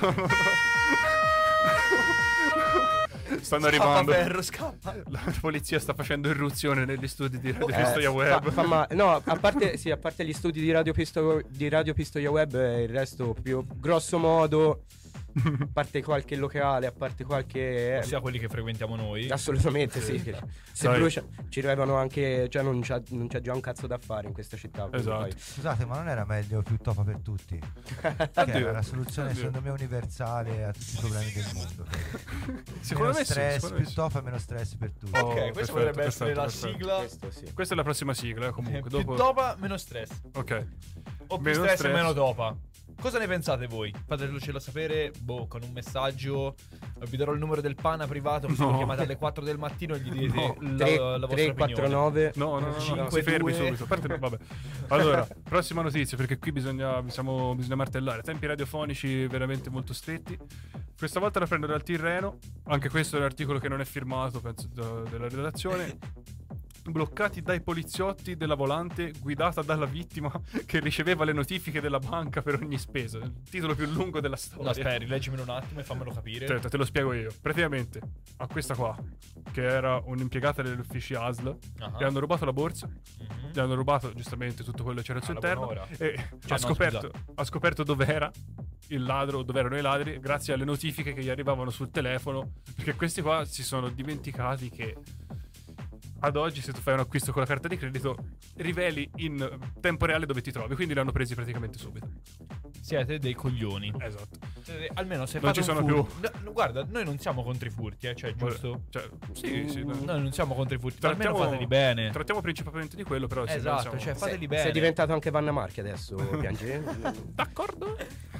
Stanno arrivando. Scappa. La polizia sta facendo irruzione negli studi di Radio Pistoia Web. No, a parte gli studi di Radio Pistoia Web, il resto più grosso modo, a parte qualche locale, a parte qualche ossia quelli che frequentiamo noi. Assolutamente sì. Se brucia ci arrivano anche, cioè non c'è già un cazzo da fare in questa città. Esatto. Scusate, ma non era meglio più topa per tutti? Che era una soluzione secondo me universale a tutti i problemi del mondo. Secondo me stress, sì, più topa, meno stress per tutti. Ok, questa potrebbe essere la sigla. Questa è la prossima sigla, comunque. Più topa, meno stress. Ok. O più stress e meno topa. Cosa ne pensate voi? Fatecelo sapere con un messaggio. Vi darò il numero del PANA privato, così lo chiamate alle 4 del mattino e gli dite la vostra 349 No, si fermi subito. Vabbè. Allora, prossima notizia, perché qui bisogna martellare. Tempi radiofonici veramente molto stretti. Questa volta la prendo dal Tirreno. Anche questo è un articolo che non è firmato, penso, della redazione. Bloccati dai poliziotti della volante guidata dalla vittima che riceveva le notifiche della banca per ogni spesa. Il titolo più lungo della storia. No, aspetta, leggimelo un attimo e fammelo capire. Te lo spiego io. Praticamente a questa qua, che era un'impiegata degli uffici ASL, gli hanno rubato la borsa, gli hanno rubato giustamente tutto quello che c'era al suo interno e ha scoperto dov'era il ladro, dove erano i ladri, grazie alle notifiche che gli arrivavano sul telefono, perché questi qua si sono dimenticati che ad oggi se tu fai un acquisto con la carta di credito riveli in tempo reale dove ti trovi, quindi li hanno presi praticamente subito. Siete dei coglioni. Esatto. Almeno se non ci sono più. No, guarda, noi non siamo contro i furti, cioè giusto? Sì. Noi non siamo contro i furti, almeno fateli bene. Trattiamo principalmente di quello, però esatto, cioè fateli bene. Sei diventato anche Vanna Marchi adesso, piange? D'accordo.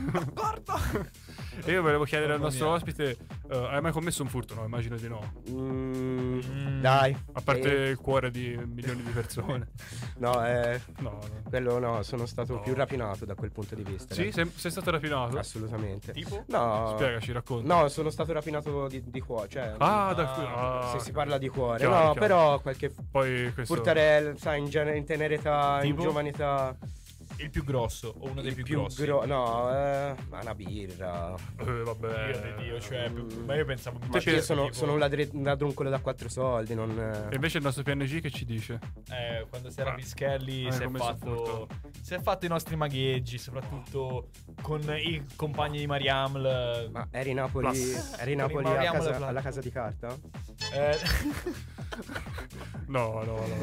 E io volevo chiedere al nostro ospite, hai mai commesso un furto? No, immagino di no. Dai. A parte il cuore di milioni di persone. No, no. Quello no, sono stato più rapinato da quel punto di vista. Sì, sei stato rapinato? Assolutamente. Tipo? No. Spiegaci, racconta. No, sono stato rapinato di cuore, cioè. Se si parla di cuore. Chiaro. Però qualche poi questo... furtarello, sai, in tenera età, tipo? in giovane età. Il più grosso o uno dei più grossi? Ma una birra. Vabbè. Dio, cioè, ma io pensavo io sono un ladruncolo da 4 soldi, non... E invece il nostro PNG che ci dice? Quando si era Pischelli si è fatto i nostri magheggi, soprattutto con i compagni di Mariam. Ma eri Napoli alla casa di carta? No.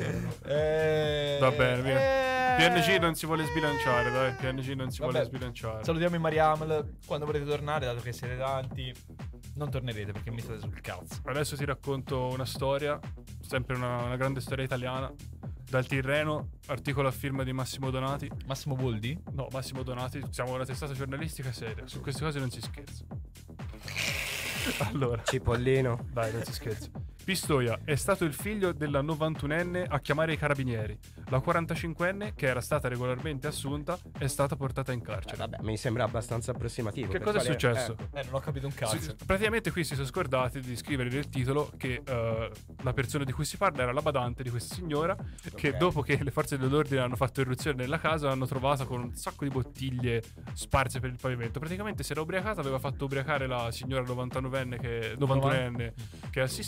Va bene, via. PNG non si vuole sbilanciare, dai. PNG non si vuole sbilanciare. Salutiamo i Mariam. Quando volete tornare, dato che siete tanti, non tornerete perché mi state sul cazzo. Adesso ti racconto una storia, sempre una grande storia italiana. Dal Tirreno, articolo a firma di Massimo Donati. Massimo Boldi? No, Massimo Donati. Siamo una testata giornalistica seria. Su queste cose non si scherza. Allora, Cipollino. Dai, non si scherza. Pistoia è stato il figlio della 91enne a chiamare i carabinieri. La 45enne, che era stata regolarmente assunta, è stata portata in carcere. Vabbè, mi sembra abbastanza approssimativo. Che cosa è successo? Non ho capito un cazzo. Praticamente qui si sono scordati di scrivere nel titolo che la persona di cui si parla era la badante di questa signora, che dopo che le forze dell'ordine hanno fatto irruzione nella casa l'hanno trovata con un sacco di bottiglie sparse per il pavimento. Praticamente si era ubriacata, aveva fatto ubriacare la signora 91enne che assisteva, e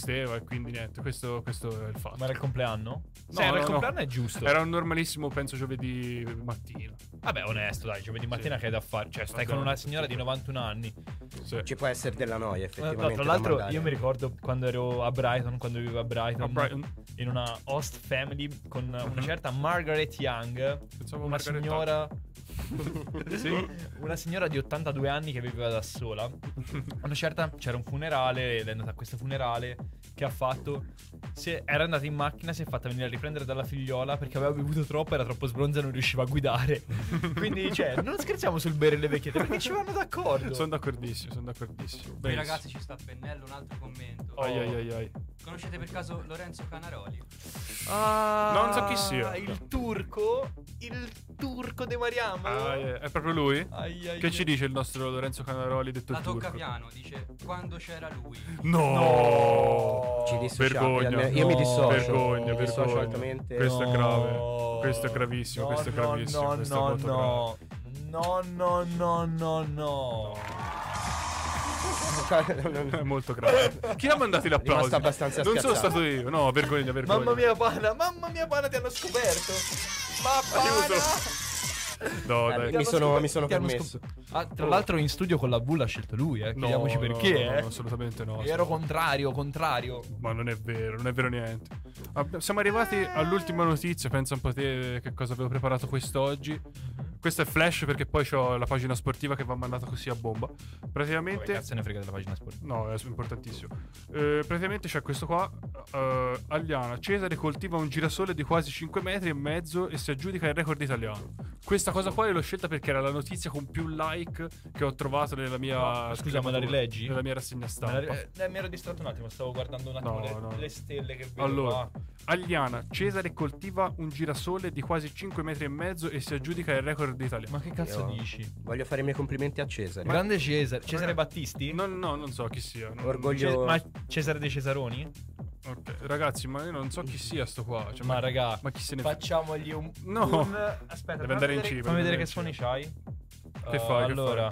quindi niente, questo è il fatto. Ma era il compleanno? No, era il compleanno è giusto. Era un normalissimo, penso, giovedì mattina. Vabbè, onesto, dai, giovedì mattina che hai da fare? Cioè, stai con una signora di 91 anni. Sì. Ci può essere della noia, effettivamente. No, tra l'altro, io mi ricordo quando ero a Brighton, quando vivevo a Brighton, in una host family con una certa Margaret Young. Pensavo una Margaret signora... sì, una signora di 82 anni che viveva da sola. Una certa c'era un funerale ed è andata a questo funerale che ha fatto. Era andata in macchina, si è fatta venire a riprendere dalla figliola perché aveva bevuto troppo, era troppo sbronza e non riusciva a guidare. Quindi, cioè, non scherziamo sul bere le vecchiette perché ci vanno d'accordo. Sono d'accordissimo. Poi ragazzi, ci sta a pennello un altro commento. Ai. Conoscete per caso Lorenzo Canaroli? Non so chi sia. Il turco De Mariamo. È proprio lui? Che ci dice il nostro Lorenzo Canaroli, detto La il turco? tocca piano, dice quando c'era lui. No! Ci dissociamo. Vergogna. Io mi dissocio. Vergogna. altamente. Questo è grave. Questo è gravissimo. Questo è gravissimo. Questo è molto grave. No. È molto grave. Chi ha mandato gli applausi? Abbastanza non sono schiacciato. stato io. No, vergogna. Mamma mia, Pana, ti hanno scoperto. Ma Pana! No, dai. Mi sono permesso. Tra l'altro in studio con la V l'ha scelto lui, chiediamoci perché. No, assolutamente no. Ero contrario. Ma non è vero niente. Siamo arrivati all'ultima notizia. Pensa un po' te che cosa avevo preparato quest'oggi. Questo è flash perché poi c'ho la pagina sportiva che va mandata così a bomba. Praticamente. Che cazzo ne frega della pagina sportiva? No, è importantissimo. Praticamente c'è questo qua. Agliana Cesare coltiva un girasole di quasi 5 metri e mezzo e si aggiudica il record italiano. Questa cosa qua l'ho scelta perché era la notizia con più like che ho trovato nella mia. Scusa, ma la rileggi? Nella mia rassegna stampa. Mi ero distratto un attimo, stavo guardando un attimo le stelle che vedo. Allora, Agliana Cesare coltiva un girasole di quasi 5 metri e mezzo e si aggiudica il record d'Italia. Ma che cazzo dici? Voglio fare i miei complimenti a Cesare. Grande Cesare Battisti? No, non so chi sia. Orgoglio. Ma Cesare dei Cesaroni? Ok, ragazzi, ma io non so chi sia sto qua. Cioè, ma raga, ma chi se ne facciamogli un. No, aspetta, deve andare in cima. Fammi vedere che suoni c'hai. Che fai? Allora.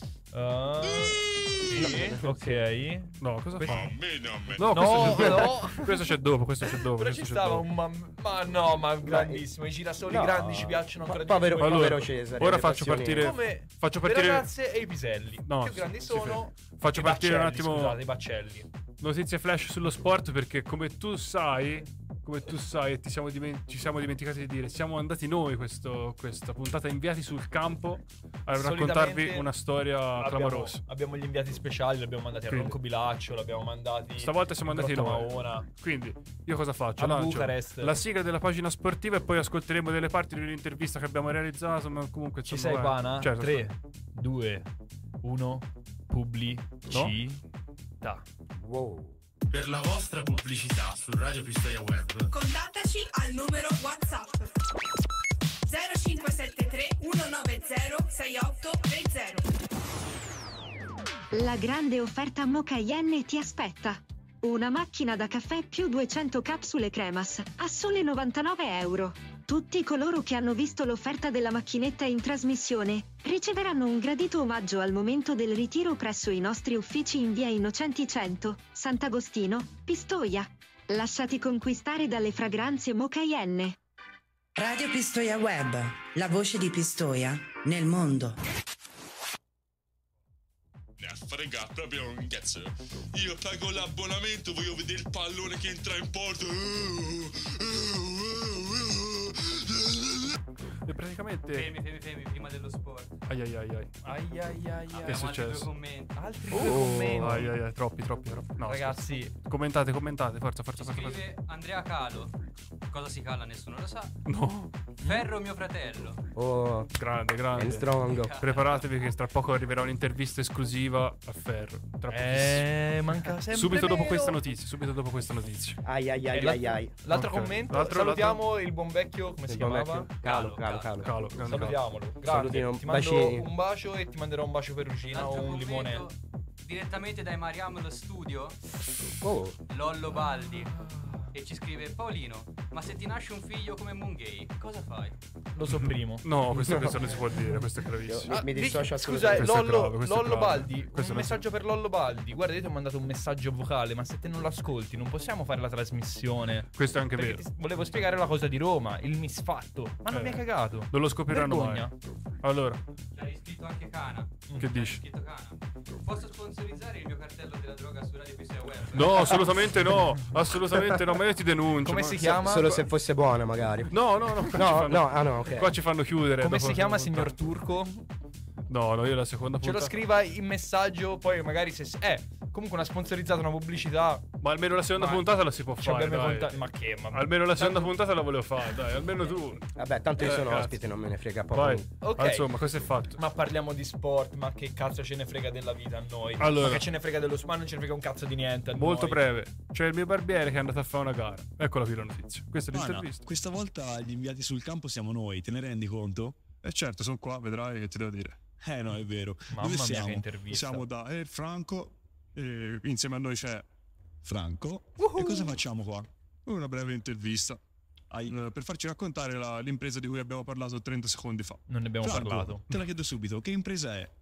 Sì, ok. No, cosa fa? No, questo c'è dopo. Però ci stava un ma grandissimo. I girasoli grandi ci piacciono ancora di più. Povero Cesare. Ora faccio partire le ragazze e i piselli. No, più grandi sono. Faccio partire un attimo. Scusate, i baccelli. Notizie flash sullo sport perché come tu sai e ci siamo dimenticati di dire, siamo andati noi questa puntata inviati sul campo a raccontarvi una storia clamorosa. Abbiamo gli inviati speciali, l'abbiamo mandati a Ronco Bilaccio, l'abbiamo mandati. Stavolta siamo andati noi. Quindi io cosa faccio? Lancio la sigla della pagina sportiva e poi ascolteremo delle parti di un'intervista che abbiamo realizzato, ma comunque ci sei, Pana? Certo. 3 2 1 pubblicità. Wow. Per la vostra pubblicità su Radio Pistoia Web contattaci al numero WhatsApp 0573 190 6830. La grande offerta Moka Yen ti aspetta. Una macchina da caffè più 200 capsule cremas a sole 99 euro. Tutti coloro che hanno visto l'offerta della macchinetta in trasmissione riceveranno un gradito omaggio al momento del ritiro presso i nostri uffici in via Innocenti 100, Sant'Agostino, Pistoia. Lasciati conquistare dalle fragranze Moka Yen. Radio Pistoia Web, la voce di Pistoia nel mondo. Frega proprio un cazzo. Io pago l'abbonamento, voglio vedere il pallone che entra in porto. E praticamente fermi prima dello sport. Ai. Che è successo? Altri due commenti. Ai, troppi. No, ragazzi, commentate, forza. Scrive Andrea Calo. Cosa si cala nessuno lo sa. No. Ferro mio fratello. Oh, grande. And strong. Preparatevi che tra poco arriverà un'intervista esclusiva a Ferro. Manca sempre subito dopo questa notizia. Ai. L'altro commento. Salutiamo il buon vecchio, come si chiamava? Calo. Salutiamolo. Grande. Ti mando un bacio e ti manderò un bacio perugina o un limone. Direttamente dai Mariam lo studio. Oh. Lollo Baldi. e ci scrive: Paolino, ma se ti nasce un figlio come Mungay, cosa fai? Lo sopprimo. No, questo non si può dire, questo è gravissimo. Mi dissocio scusa, assolutamente. Lollo Baldi, un messaggio per Lollo Baldi. Guarda, io ti ho mandato un messaggio vocale, ma se te non lo ascolti non possiamo fare la trasmissione. Questo è anche vero. Volevo spiegare la cosa di Roma, il misfatto. Ma non mi ha cagato. Non lo scopriranno mai. Allora, hai iscritto anche Cana. Che dici? Posso sponsorizzare il mio cartello della droga su Radio Pistoia Web? No, assolutamente no. Assolutamente no, ma io ti denuncio. Come si chiama? Solo se fosse buona, magari. No. Ok. Qua ci fanno chiudere. Come si chiama, signor Turco? No, io la seconda puntata. Ce lo scriva in messaggio, poi magari se comunque una sponsorizzata, una pubblicità. Ma almeno la seconda puntata la si può fare. Ma che? Almeno la seconda puntata la volevo fare, dai, almeno tu. Vabbè, tanto io sono ospite, non me ne frega poco. Vai. Ok. Insomma, questo è fatto. Ma parliamo di sport, ma che cazzo ce ne frega della vita a noi? Allora, ma che ce ne frega dello sport, non ce ne frega un cazzo di niente. Molto breve. C'è il mio barbiere che è andato a fare una gara. Eccola qui la notizia. Questa è l'intervista. Questa volta gli inviati sul campo siamo noi, te ne rendi conto? Certo, sono qua, vedrai che ti devo dire. No, è vero. Mamma Dove mia, siamo? che intervista. Siamo da Franco, insieme a noi c'è Franco. E cosa facciamo qua? Una breve intervista per farci raccontare l'impresa di cui abbiamo parlato 30 secondi fa. Non ne abbiamo Franco, parlato. Te la chiedo subito, che impresa è?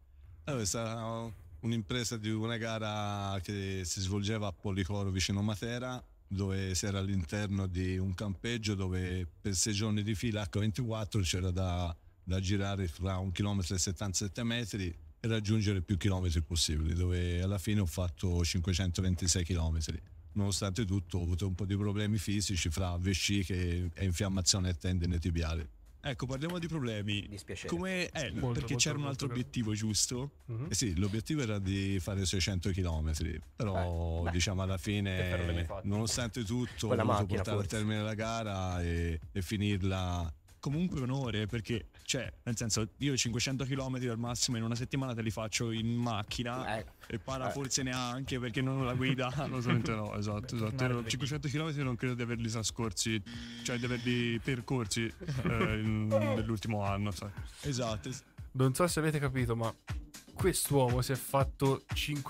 Sarà un'impresa di una gara che si svolgeva a Policoro vicino Matera, dove si era all'interno di un campeggio dove per 6 giorni di fila H24 c'era da girare fra 1 chilometro e 77 metri e raggiungere più chilometri possibili, dove alla fine ho fatto 526 chilometri. Nonostante tutto ho avuto un po' di problemi fisici fra vesciche e infiammazione a tendine tibiali. Ecco, parliamo di problemi. Dispiacere. Come perché c'era un altro obiettivo, giusto? Sì, l'obiettivo era di fare 600 chilometri, però diciamo alla fine, nonostante tutto, ho voluto portare a termine la gara e finirla. Comunque onore, perché nel senso, io 500 km al massimo in una settimana te li faccio in macchina e forse neanche, perché non ho la guida. Assolutamente no, esatto. 500 km non credo di averli trascorsi, cioè di averli percorsi nell'ultimo anno, sai. Esatto. Non so se avete capito, ma quest'uomo si è fatto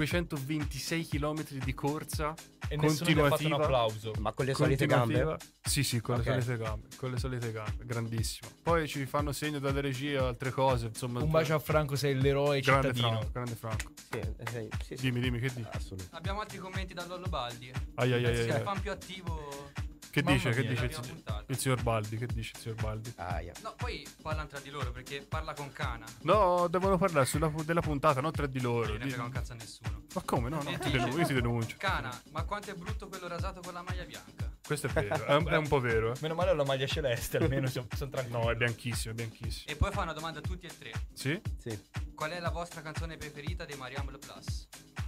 526 km di corsa e nessuno gli ha fatto un applauso. Ma con le solite gambe? Sì, con le solite gambe, grandissimo. Poi ci fanno segno dalle regie e altre cose, insomma. Un bacio a Franco, sei l'eroe cittadino. Grande Franco. Sì. Dimmi che dici? Assolutamente. Abbiamo altri commenti da Lollo Baldi. Ai. Il fan più attivo. Che dice il signor Baldi? Che dice il signor Baldi? No, poi parlano tra di loro perché parla con Cana. No, devono parlare della puntata, non tra di loro. Non ne frega un cazzo a nessuno. Ma come? No, io ti denuncio. Cana, ma quanto è brutto quello rasato con la maglia bianca? Questo è vero, è un po' vero. Meno male ho la maglia celeste, almeno sono tranquillo. No, è bianchissimo. E poi fa una domanda a tutti e tre. Sì? Qual è la vostra canzone preferita dei Mariam Le Plus?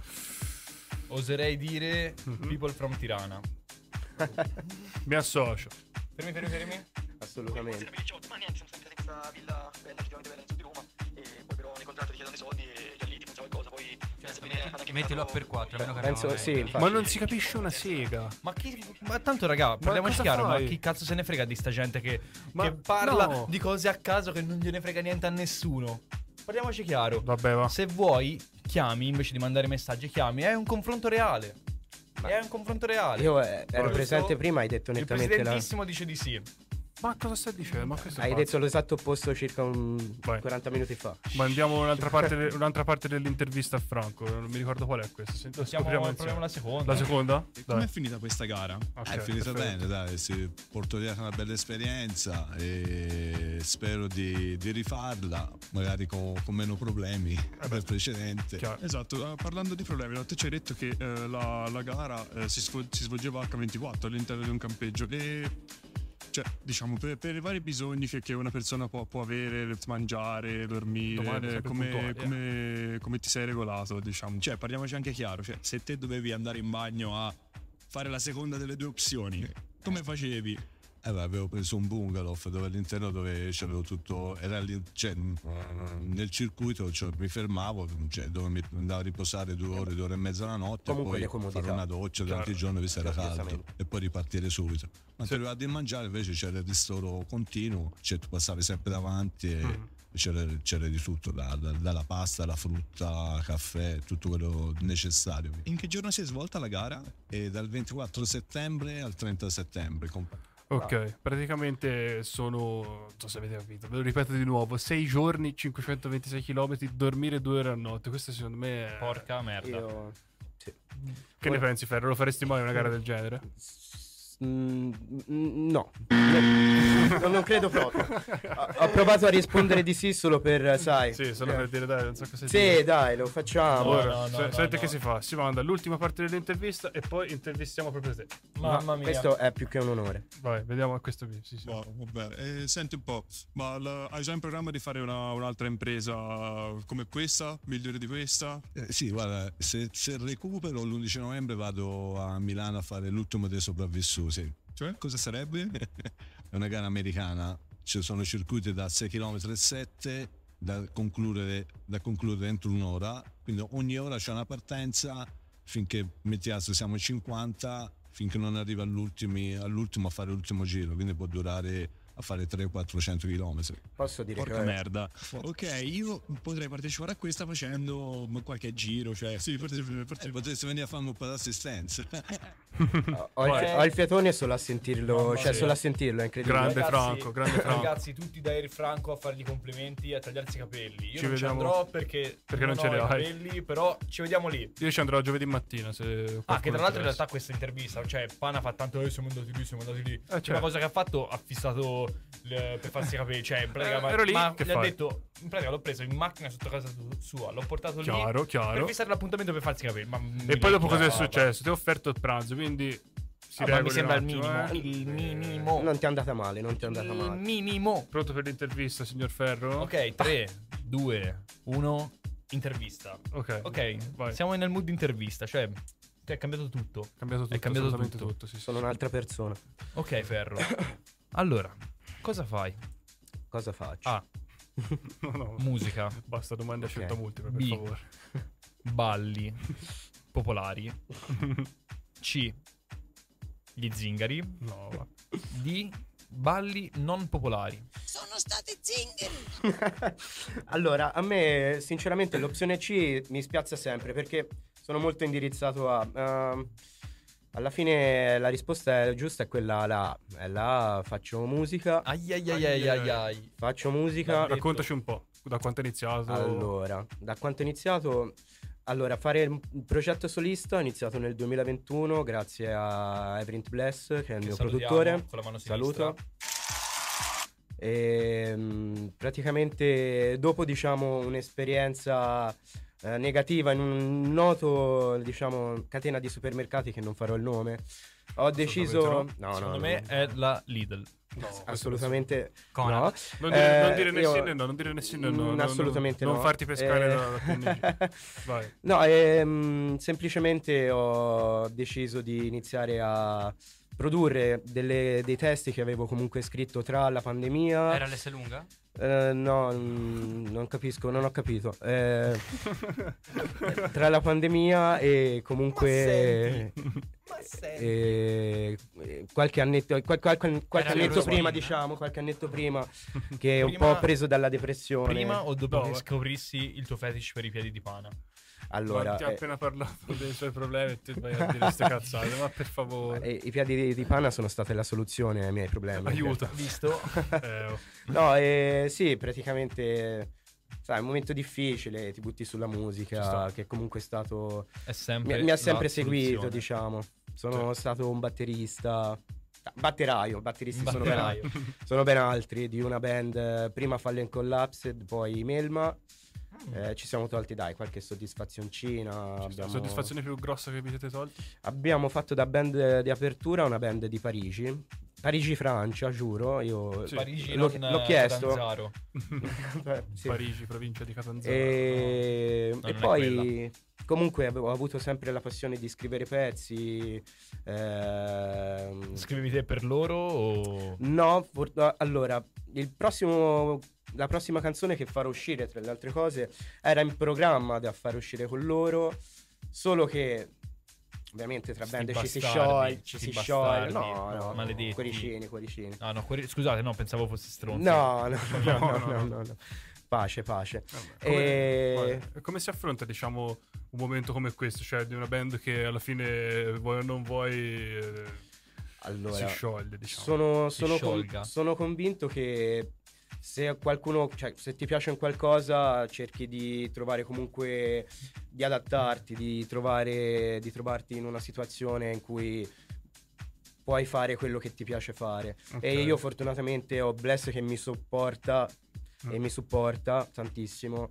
Oserei dire People from Tirana. Mi associo. Fermi. Assolutamente. Ma niente, siamo sempre in questa villa bella, effettivamente bella in sud di Roma. E poi però nei contratti chiedono dei soldi e già lì ti pensavo qualcosa. Poi mettilo per 4, almeno penso sì. Ma non si capisce una sega. Ma tanto raga, parliamoci chiaro, ma chi cazzo se ne frega di sta gente che parla di cose a caso che non gliene frega niente a nessuno? Parliamoci chiaro. Vabbè, va. Se vuoi chiami invece di mandare messaggi, è un confronto reale. È un confronto reale. Io ero presente prima, hai detto nettamente. Il presidentissimo dice di sì. Ma cosa stai dicendo? Hai detto l'esatto opposto circa 40 minuti fa. Ma andiamo un'altra parte dell'intervista a Franco. Non mi ricordo qual è questa. Proviamo la seconda. La seconda? Com'è finita questa gara? È finita bene, dai. Si portò dietro una bella esperienza e spero di rifarla, magari con meno problemi del precedente. Esatto, parlando di problemi, te ci hai detto che la gara si svolgeva H24 all'interno di un campeggio. Cioè, diciamo, per i vari bisogni che una persona può avere, mangiare, dormire, come ti sei regolato, diciamo. Cioè, parliamoci anche chiaro, se te dovevi andare in bagno a fare la seconda delle due opzioni, come facevi? Avevo preso un bungalow dove all'interno c'avevo tutto, era lì, nel circuito, mi fermavo, dove mi andavo a riposare 2 ore e mezza la notte. Comunque e poi fare una doccia durante il giorno visto era caldo e poi ripartire subito. Ma se arrivavi a mangiare invece c'era il ristoro continuo, tu passavi sempre davanti c'era di tutto, dalla pasta, la frutta, caffè, tutto quello necessario. In che giorno si è svolta la gara? Dal 24 settembre al 30 settembre. Ok, praticamente sono, non so se avete capito, ve lo ripeto di nuovo, 6 giorni, 526 km, dormire 2 ore a notte. Questo secondo me è... Porca merda. Che ne pensi, Ferro? Lo faresti mai una gara del genere? No, non credo proprio. Ho provato a rispondere di sì solo per, sai. Sì, solo per dire dai, non so cosa sì, dire. Dai, lo facciamo. Senti che si fa? Si manda l'ultima parte dell'intervista e poi intervistiamo proprio te. Mamma mia. Questo è più che un onore. Vai, vediamo questo qui. Sì. Vabbè. Senti un po', ma hai già in programma di fare un'altra impresa come questa, migliore di questa? Sì, guarda, se recupero l'11 novembre vado a Milano a fare l'ultimo dei sopravvissuti. Cioè, cosa sarebbe? È una gara americana, ci sono circuiti da 6 km e 7 da concludere entro un'ora, quindi ogni ora c'è una partenza finché metti caso siamo in 50, finché non arriva all'ultimo a fare l'ultimo giro, quindi può durare a fare 300-400 km. Posso dire porca merda. Ok, io potrei partecipare a questa facendo qualche giro, cioè sì, potresti venire a farmi un po' d'assistenza. Ho il fiatone solo a sentirlo, solo a sentirlo è incredibile. Grande Franco. Ragazzi, tutti da Air Franco a fargli complimenti e a tagliarsi i capelli. Io non ci andrò perché non ce li ho hai i capelli, però ci vediamo lì. Io ci andrò giovedì mattina che tra l'altro in realtà questa intervista, cioè Pana fa tanto siamo andati lì. Certo. Una cosa che ha fatto, ha fissato per farsi i capelli, cioè in pratica ero lì, gli ha detto, in pratica l'ho preso in macchina sotto casa sua, l'ho portato lì per fissare l'appuntamento per farsi i capelli. E poi dopo cosa è successo? Ti ho offerto il pranzo, quindi mi sembra il minimo. Non ti è andata male, Il minimo. Pronto per l'intervista, signor Ferro? Ok, 3, 2, 1, intervista. Ok, vai. Siamo nel mood intervista, cioè è cambiato tutto. È cambiato tutto. Sì. Sono un'altra persona. Ok, Ferro. Allora, cosa fai? Cosa faccio? A. No. Musica. Basta domande a scelta multipla, per favore. Balli popolari. C. Gli zingari. No. D. Balli non popolari. Sono stati zingari. Allora, a me sinceramente l'opzione C mi spiazza sempre perché sono molto indirizzato a... alla fine la risposta giusta è quella là, faccio musica. Ai. Faccio musica. Raccontaci un po', da quanto è iniziato? Allora, da quanto è iniziato? Allora, fare un progetto solista ho iniziato nel 2021 grazie a Everint Bless, che è il mio produttore. Con la mano Saluto. E praticamente dopo, diciamo, un'esperienza negativa in un noto, diciamo, catena di supermercati che non farò il nome, ho deciso... Secondo me è la Lidl. No, assolutamente no. Non dire nessuno, no. Assolutamente no. Non farti pescare da Vai. No, semplicemente ho deciso di iniziare a produrre dei testi che avevo comunque scritto tra la pandemia. Era l'S lunga? No, non capisco, non ho capito. Tra la pandemia e comunque qualche annetto prima, diciamo, qualche annetto prima che un po' preso dalla depressione. Prima o dopo che scoprissi il tuo fetish per i piedi di Pana? Allora, ti ha appena parlato dei suoi problemi e ti vai a dire queste cazzate, ma per favore. I piedi di Pana sono state la soluzione ai miei problemi. Aiuto. Visto? No, sì, praticamente, sai, è un momento difficile, ti butti sulla musica, che comunque è stato... mi ha sempre seguito, diciamo. Sono stato un batterista... batteristi sono ben altri, di una band, prima Fallen Collapsed, poi Melma. Ci siamo tolti qualche soddisfazioncina. La soddisfazione più grossa che vi siete tolti? Abbiamo fatto da band di apertura una band di Parigi, Francia, giuro. Io Parigi, l'ho chiesto. Sì. Parigi, provincia di Catanzaro. E poi comunque ho avuto sempre la passione di scrivere pezzi. Scrivevi te per loro o... No, allora la prossima canzone che farò uscire, tra le altre cose, era in programma da fare uscire con loro, solo che ovviamente tra band ci si scioglie. No, maledetti. Cuoricini. No, scusate, no, pensavo fosse stronzo. No. Pace. Come si affronta, diciamo, un momento come questo? Cioè, di una band che alla fine vuoi o non vuoi allora, si scioglie, diciamo. Sono convinto che se qualcuno, cioè, se ti piace un qualcosa, cerchi di trovare comunque, di adattarti, di trovarti in una situazione in cui puoi fare quello che ti piace fare. E io fortunatamente ho Bless che mi sopporta e mi supporta tantissimo.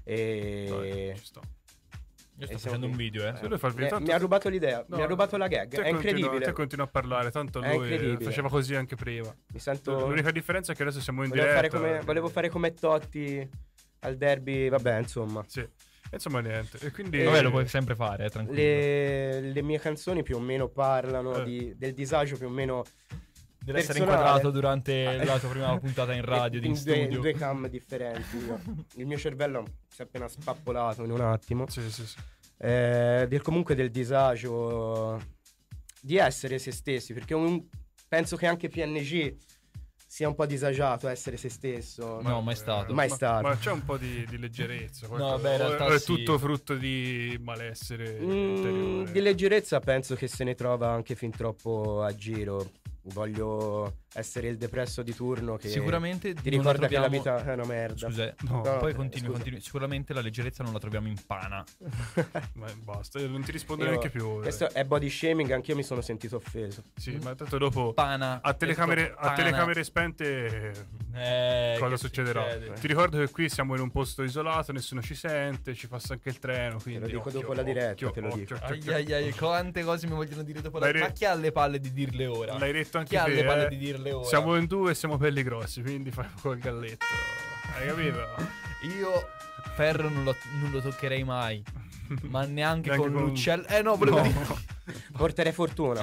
E ci sto. Io sto facendo un video, mi ha rubato l'idea, mi ha rubato la gag. È incredibile. Te continua a parlare, tanto lui faceva così anche prima. Mi sento... L'unica differenza è che adesso siamo in diretta. Volevo fare come Totti al derby, vabbè, insomma. Sì. Insomma, niente. E quindi vabbè, lo puoi sempre fare, tranquillo. Le mie canzoni più o meno parlano del disagio più o meno. Deve essere inquadrato durante la tua prima puntata in radio, in studio. Due cam differenti. Il mio cervello si è appena spappolato in un attimo. Sì. Comunque del disagio di essere se stessi, perché penso che anche PNG sia un po' disagiato a essere se stesso. No, mai stato. Ma c'è un po' di leggerezza. No, beh, in realtà è tutto frutto di malessere interiore. Di leggerezza penso che se ne trova anche fin troppo a giro. Voglio essere il depresso di turno che sicuramente ti ricorda che la vita è una merda. Scusa, poi continui. Sicuramente la leggerezza non la troviamo in Pana. Ma basta, non ti rispondo neanche più. Questo è body shaming, anch'io mi sono sentito offeso. Sì, ma tanto dopo Pana, a telecamere spente cosa succederà? Ti ricordo che qui siamo in un posto isolato, nessuno ci sente, ci passa anche il treno, quindi te lo dico dopo la diretta, te lo dico. Ai, quante cose mi vogliono dire dopo la diretta. Ma chi ha le palle di dirle ora? L'hai detto anche chi ha le palle di dirle ora? Siamo in due e siamo pelli grossi, quindi fai col galletto. Hai capito? Io Ferro non lo toccherei mai. Ma neanche con l'uccello. Volevo dire. Porterei fortuna.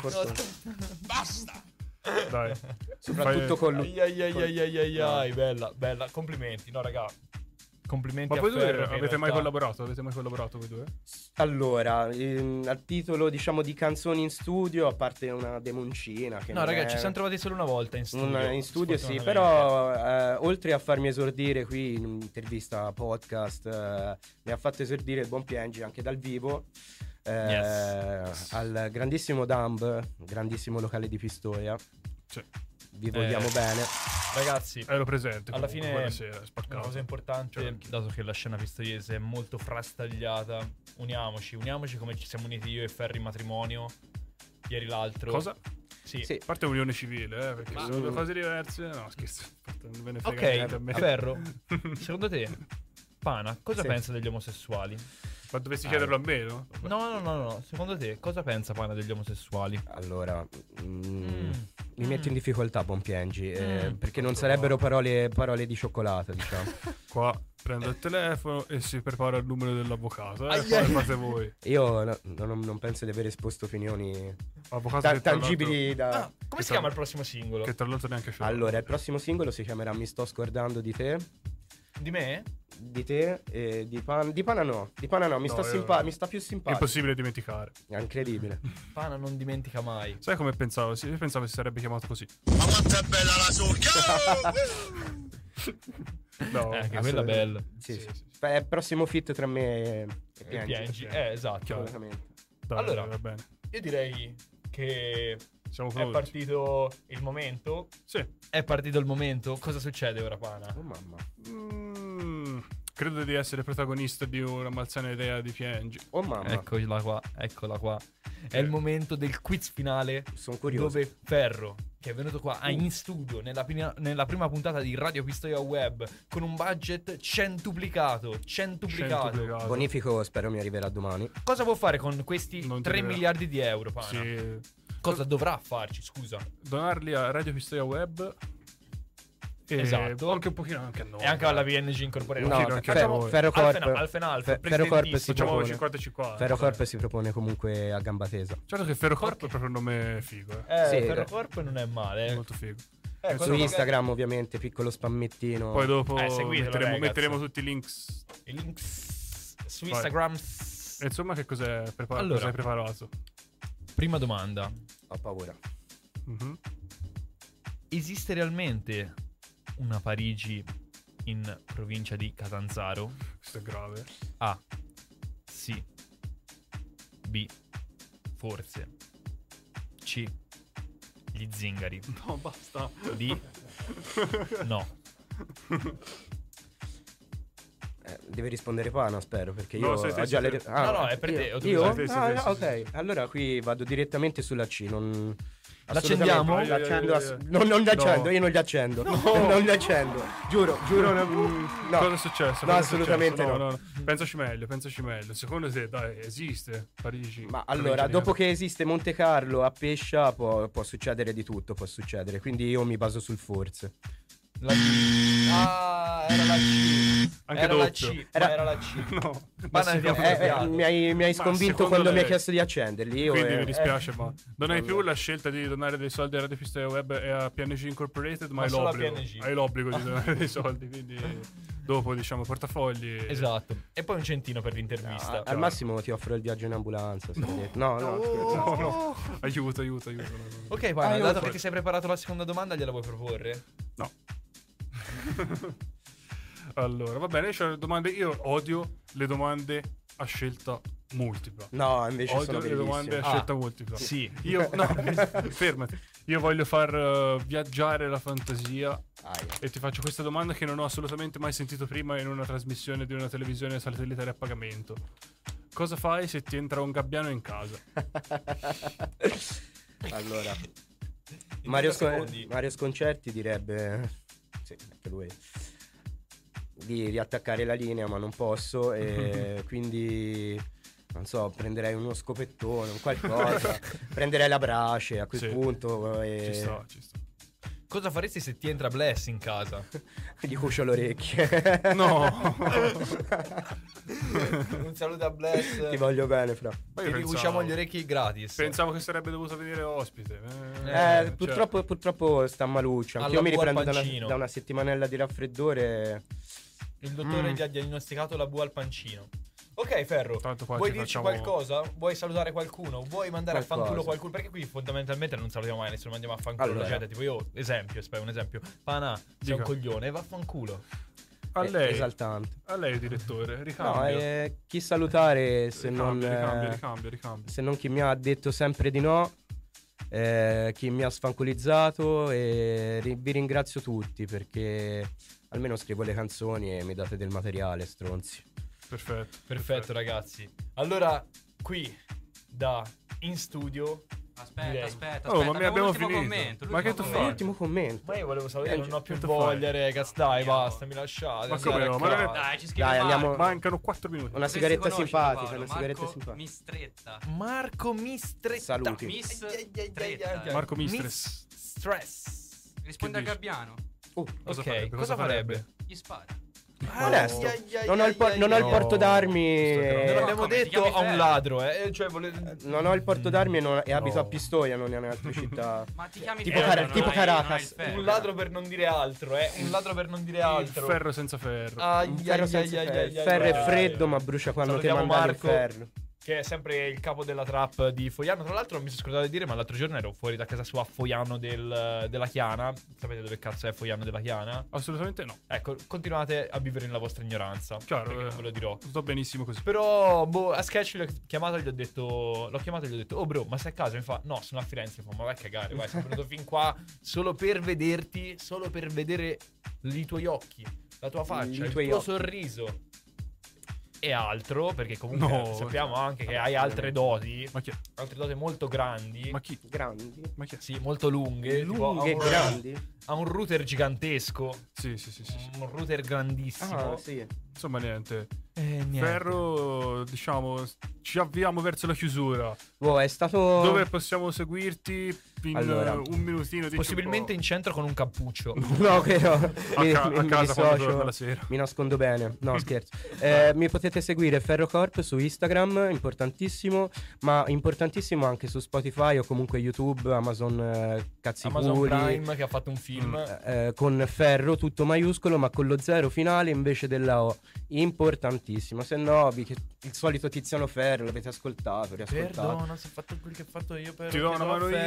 Basta. Dai. Soprattutto con ai, bella. Complimenti, no, raga. Complimenti. Ma a voi due Ferro, avete mai collaborato voi due? Allora, a titolo diciamo di canzoni in studio, a parte una demoncina che no, ragazzi, ci siamo trovati solo una volta in studio. In studio sì, però oltre a farmi esordire qui in un'intervista podcast, mi ha fatto esordire il buon Piengi anche dal vivo. Al grandissimo Dumb, grandissimo locale di Pistoia. Sì. Vi vogliamo bene. Ragazzi, ero presente. Alla fine buonasera, una cosa importante, dato che la scena pistoiese è molto frastagliata, uniamoci come ci siamo uniti io e Ferri in matrimonio ieri l'altro. Cosa? Sì. A parte unione civile, perché sono due cose diverse. No, scherzo. Non me ne frega niente a me. Ferro, secondo te Pana cosa pensa degli omosessuali? Ma dovresti chiederlo a me, no? No. Secondo te cosa pensa Pana degli omosessuali? Allora, mi metto in difficoltà, buon Piengi, perché non sarebbero parole di cioccolata, diciamo. Qua prendo il telefono e si prepara il numero dell'avvocato. Come fate voi? Io non penso di aver esposto opinioni tangibili da... come si chiama il prossimo singolo? Che tra l'altro neanche c'è. Allora, il prossimo singolo si chiamerà Mi sto scordando di te. Di me? Di te e di Pana no, mi sta più simpatico. Impossibile dimenticare. È incredibile. Pana non dimentica mai. Sai come pensavo? Io pensavo si sarebbe chiamato così. Ma quanto è bella la succa! No, anche quella è bella. Sì. È il prossimo feat tra me e Piengi. Esatto. Dai, allora, va bene. Io direi che è partito il momento. Sì. È partito il momento. Cosa succede ora, Pana? Oh mamma. Credo di essere protagonista di una malsana idea di Piengi. Oh mamma. Eccola qua. È il momento del quiz finale. Sono curioso. Dove Ferro, che è venuto qua in studio nella prima puntata di Radio Pistoia Web, con un budget centuplicato. Bonifico spero mi arriverà domani. Cosa può fare con questi 3 miliardi di euro, Pana? Sì. Cosa dovrà farci, scusa? Donarli a Radio Pistoia Web. Esatto. Anche un pochino anche a noi. E anche alla PNG Incorporated. No, Ferrocorp si facciamo propone 50-50. Ferrocorp si propone comunque a gamba tesa. Certo che Ferrocorp è proprio un nome figo. Sì, Ferrocorp non è male. È molto figo. Su Instagram ovviamente, piccolo spammettino. Poi dopo metteremo tutti i links. I links su Instagram. E insomma, che cos'è cosa hai preparato? Prima domanda. Ho paura. Esiste realmente una Parigi in provincia di Catanzaro? Questo è grave. A. Sì. B. Forse. C. Gli zingari. No, basta. D. No. Deve rispondere Pana, spero, perché io ho già le... no, è per te. Io? Ok, allora qui vado direttamente sulla C, non... L'accendiamo? Non li accendo, io non li accendo. Non li accendo. Giuro. No. Cosa è successo? No, assolutamente no. Pensaci meglio. Secondo te, dai, esiste Parigi? Ma allora, dopo che esiste Monte Carlo a Pescia, può succedere di tutto, può succedere. Quindi io mi baso sul forse. La C. Era la C. Anche era doppio. la C. Era la C. No. Mi hai sconvinto quando mi hai chiesto di accenderli. Quindi mi dispiace, ma non hai più la scelta di donare dei soldi a Radio Pistoia Web e a PNG Incorporated, ma hai l'obbligo. Hai l'obbligo di donare dei soldi, quindi dopo diciamo portafogli. Esatto. E poi un centino per l'intervista. Al massimo ti offro il viaggio in ambulanza. No. Aiuto. Ok, guarda, dato che ti sei preparato la seconda domanda, gliela vuoi proporre? No. Allora, va bene, c'ho le domande. Io odio le domande a scelta multipla. No, invece odio sono le domande a scelta multipla. Sì. Io fermati. Io voglio far viaggiare la fantasia e ti faccio questa domanda che non ho assolutamente mai sentito prima in una trasmissione di una televisione satellitare a pagamento. Cosa fai se ti entra un gabbiano in casa? Allora, Mario Sconcerti direbbe sì, anche lui di attaccare la linea, ma non posso e quindi non so, prenderei uno scopettone, un qualcosa, prenderei la brace a quel punto ci sta. Cosa faresti se ti entra Bless in casa? Gli cuscio le orecchie. No. Un saluto a Bless. Ti voglio bene, fra. Ti ricuciamo gli orecchi gratis. Pensavo che sarebbe dovuto venire ospite. Purtroppo sta maluccio. Anch'io mi riprendo da una settimanella di raffreddore. Il dottore gli ha diagnosticato la bua al pancino. Ok, Ferro, vuoi dirci qualcosa? Vuoi salutare qualcuno? Vuoi mandare a fanculo qualcuno? Perché qui fondamentalmente non salutiamo mai nessuno, mandiamo a fanculo la gente. Tipo io, un esempio. Pana, sei un coglione, va a fanculo. A lei, esaltante. A lei, direttore, ricambio. No, chi salutare se ricambio. Se non chi mi ha detto sempre di no, chi mi ha sfanculizzato, e vi ringrazio tutti perché almeno scrivo le canzoni e mi date del materiale, stronzi. Perfetto, ragazzi. Allora, qui in studio. Aspetta. Ma abbiamo finito. Commento, ma che tu fai? L'ultimo commento. Ma io volevo sapere, non ho più voglia, ragazzi. Dai, basta, mi lasciate. Ma come no? Dai, ci scrive andiamo. Mancano 4 minuti. Una sigaretta simpatica. Marco Mistretta. Saluti. Marco Mistress. Stress. Risponde a Gabbiano. Ok, cosa farebbe? Gli spara. Onesto. Non ho il porto d'armi. Non abbiamo detto a un ladro, Non ho il porto d'armi e abito a Pistoia, non in altre città. Ma ti chiami tipo Caracas. Un ladro per non dire altro, Un ladro per non dire altro. Ferro senza ferro. Ferro è freddo, ma brucia quando ti manda il ferro. Che è sempre il capo della trap di Foiano. Tra l'altro mi sono scordato di dire, ma l'altro giorno ero fuori da casa sua a Foiano della Chiana. Sapete dove cazzo è Foiano della Chiana? Assolutamente no. Ecco, continuate a vivere nella vostra ignoranza. Chiaro, non ve lo dirò. Sto benissimo così. Però, a Sketch l'ho chiamato e gli ho detto, oh bro, ma sei a casa? Mi fa, no, sono a Firenze. Mi fa, ma vai a cagare, vai, sono venuto fin qua solo per vederti, solo per vedere i tuoi occhi, la tua faccia, il tuo sorriso. E altro, perché comunque sappiamo anche che hai altre doti. Ma chi? Altre doti molto grandi. Ma chi? Grandi? Ma chi? Sì, molto lunghe. Grandi. Ha un router gigantesco. Sì. Un router grandissimo. Sì. Insomma, niente. Niente. Ferro, diciamo, ci avviamo verso la chiusura. È stato... Dove possiamo seguirti in un minutino? Possibilmente in centro con un cappuccio. No, che no. A casa quando torna la sera. Mi nascondo bene. No, scherzo. Mi potete seguire Ferrocorp su Instagram, importantissimo. Ma importantissimo anche su Spotify o comunque YouTube, Amazon Prime che ha fatto un film con Ferro, tutto maiuscolo ma con lo 0 finale invece della O. Importantissimo. Se no, il solito Tiziano Ferro l'avete ascoltato, riascoltato. Perdona, se ho fatto quel che ho fatto io. Ti do una mano io.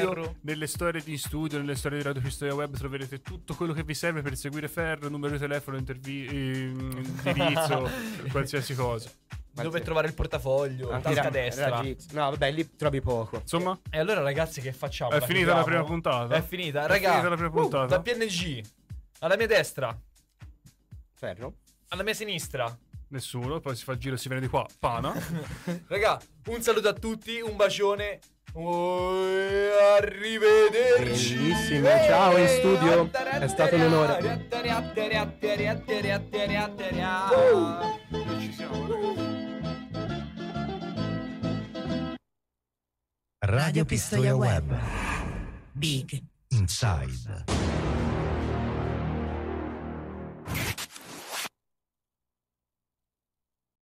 nelle storie di studio, nelle storie di Radio Pistoia Web troverete tutto quello che vi serve per seguire Ferro, numero di telefono, indirizzo, qualsiasi cosa. Dove trovare il portafoglio, tasca destra. No, vabbè, lì trovi poco. Insomma. E allora, ragazzi, che facciamo? È finita la prima puntata? È finita, raga. Da PNG. Alla mia destra. Ferro. Alla mia sinistra. Nessuno, poi si fa il giro e si viene di qua. Pana. Raga, un saluto a tutti, un bacione. Arrivederci. Bellissimo, ciao in studio. È stato un onore. Ci siamo, ragazzi. Radio Pistoia Web. Big Inside.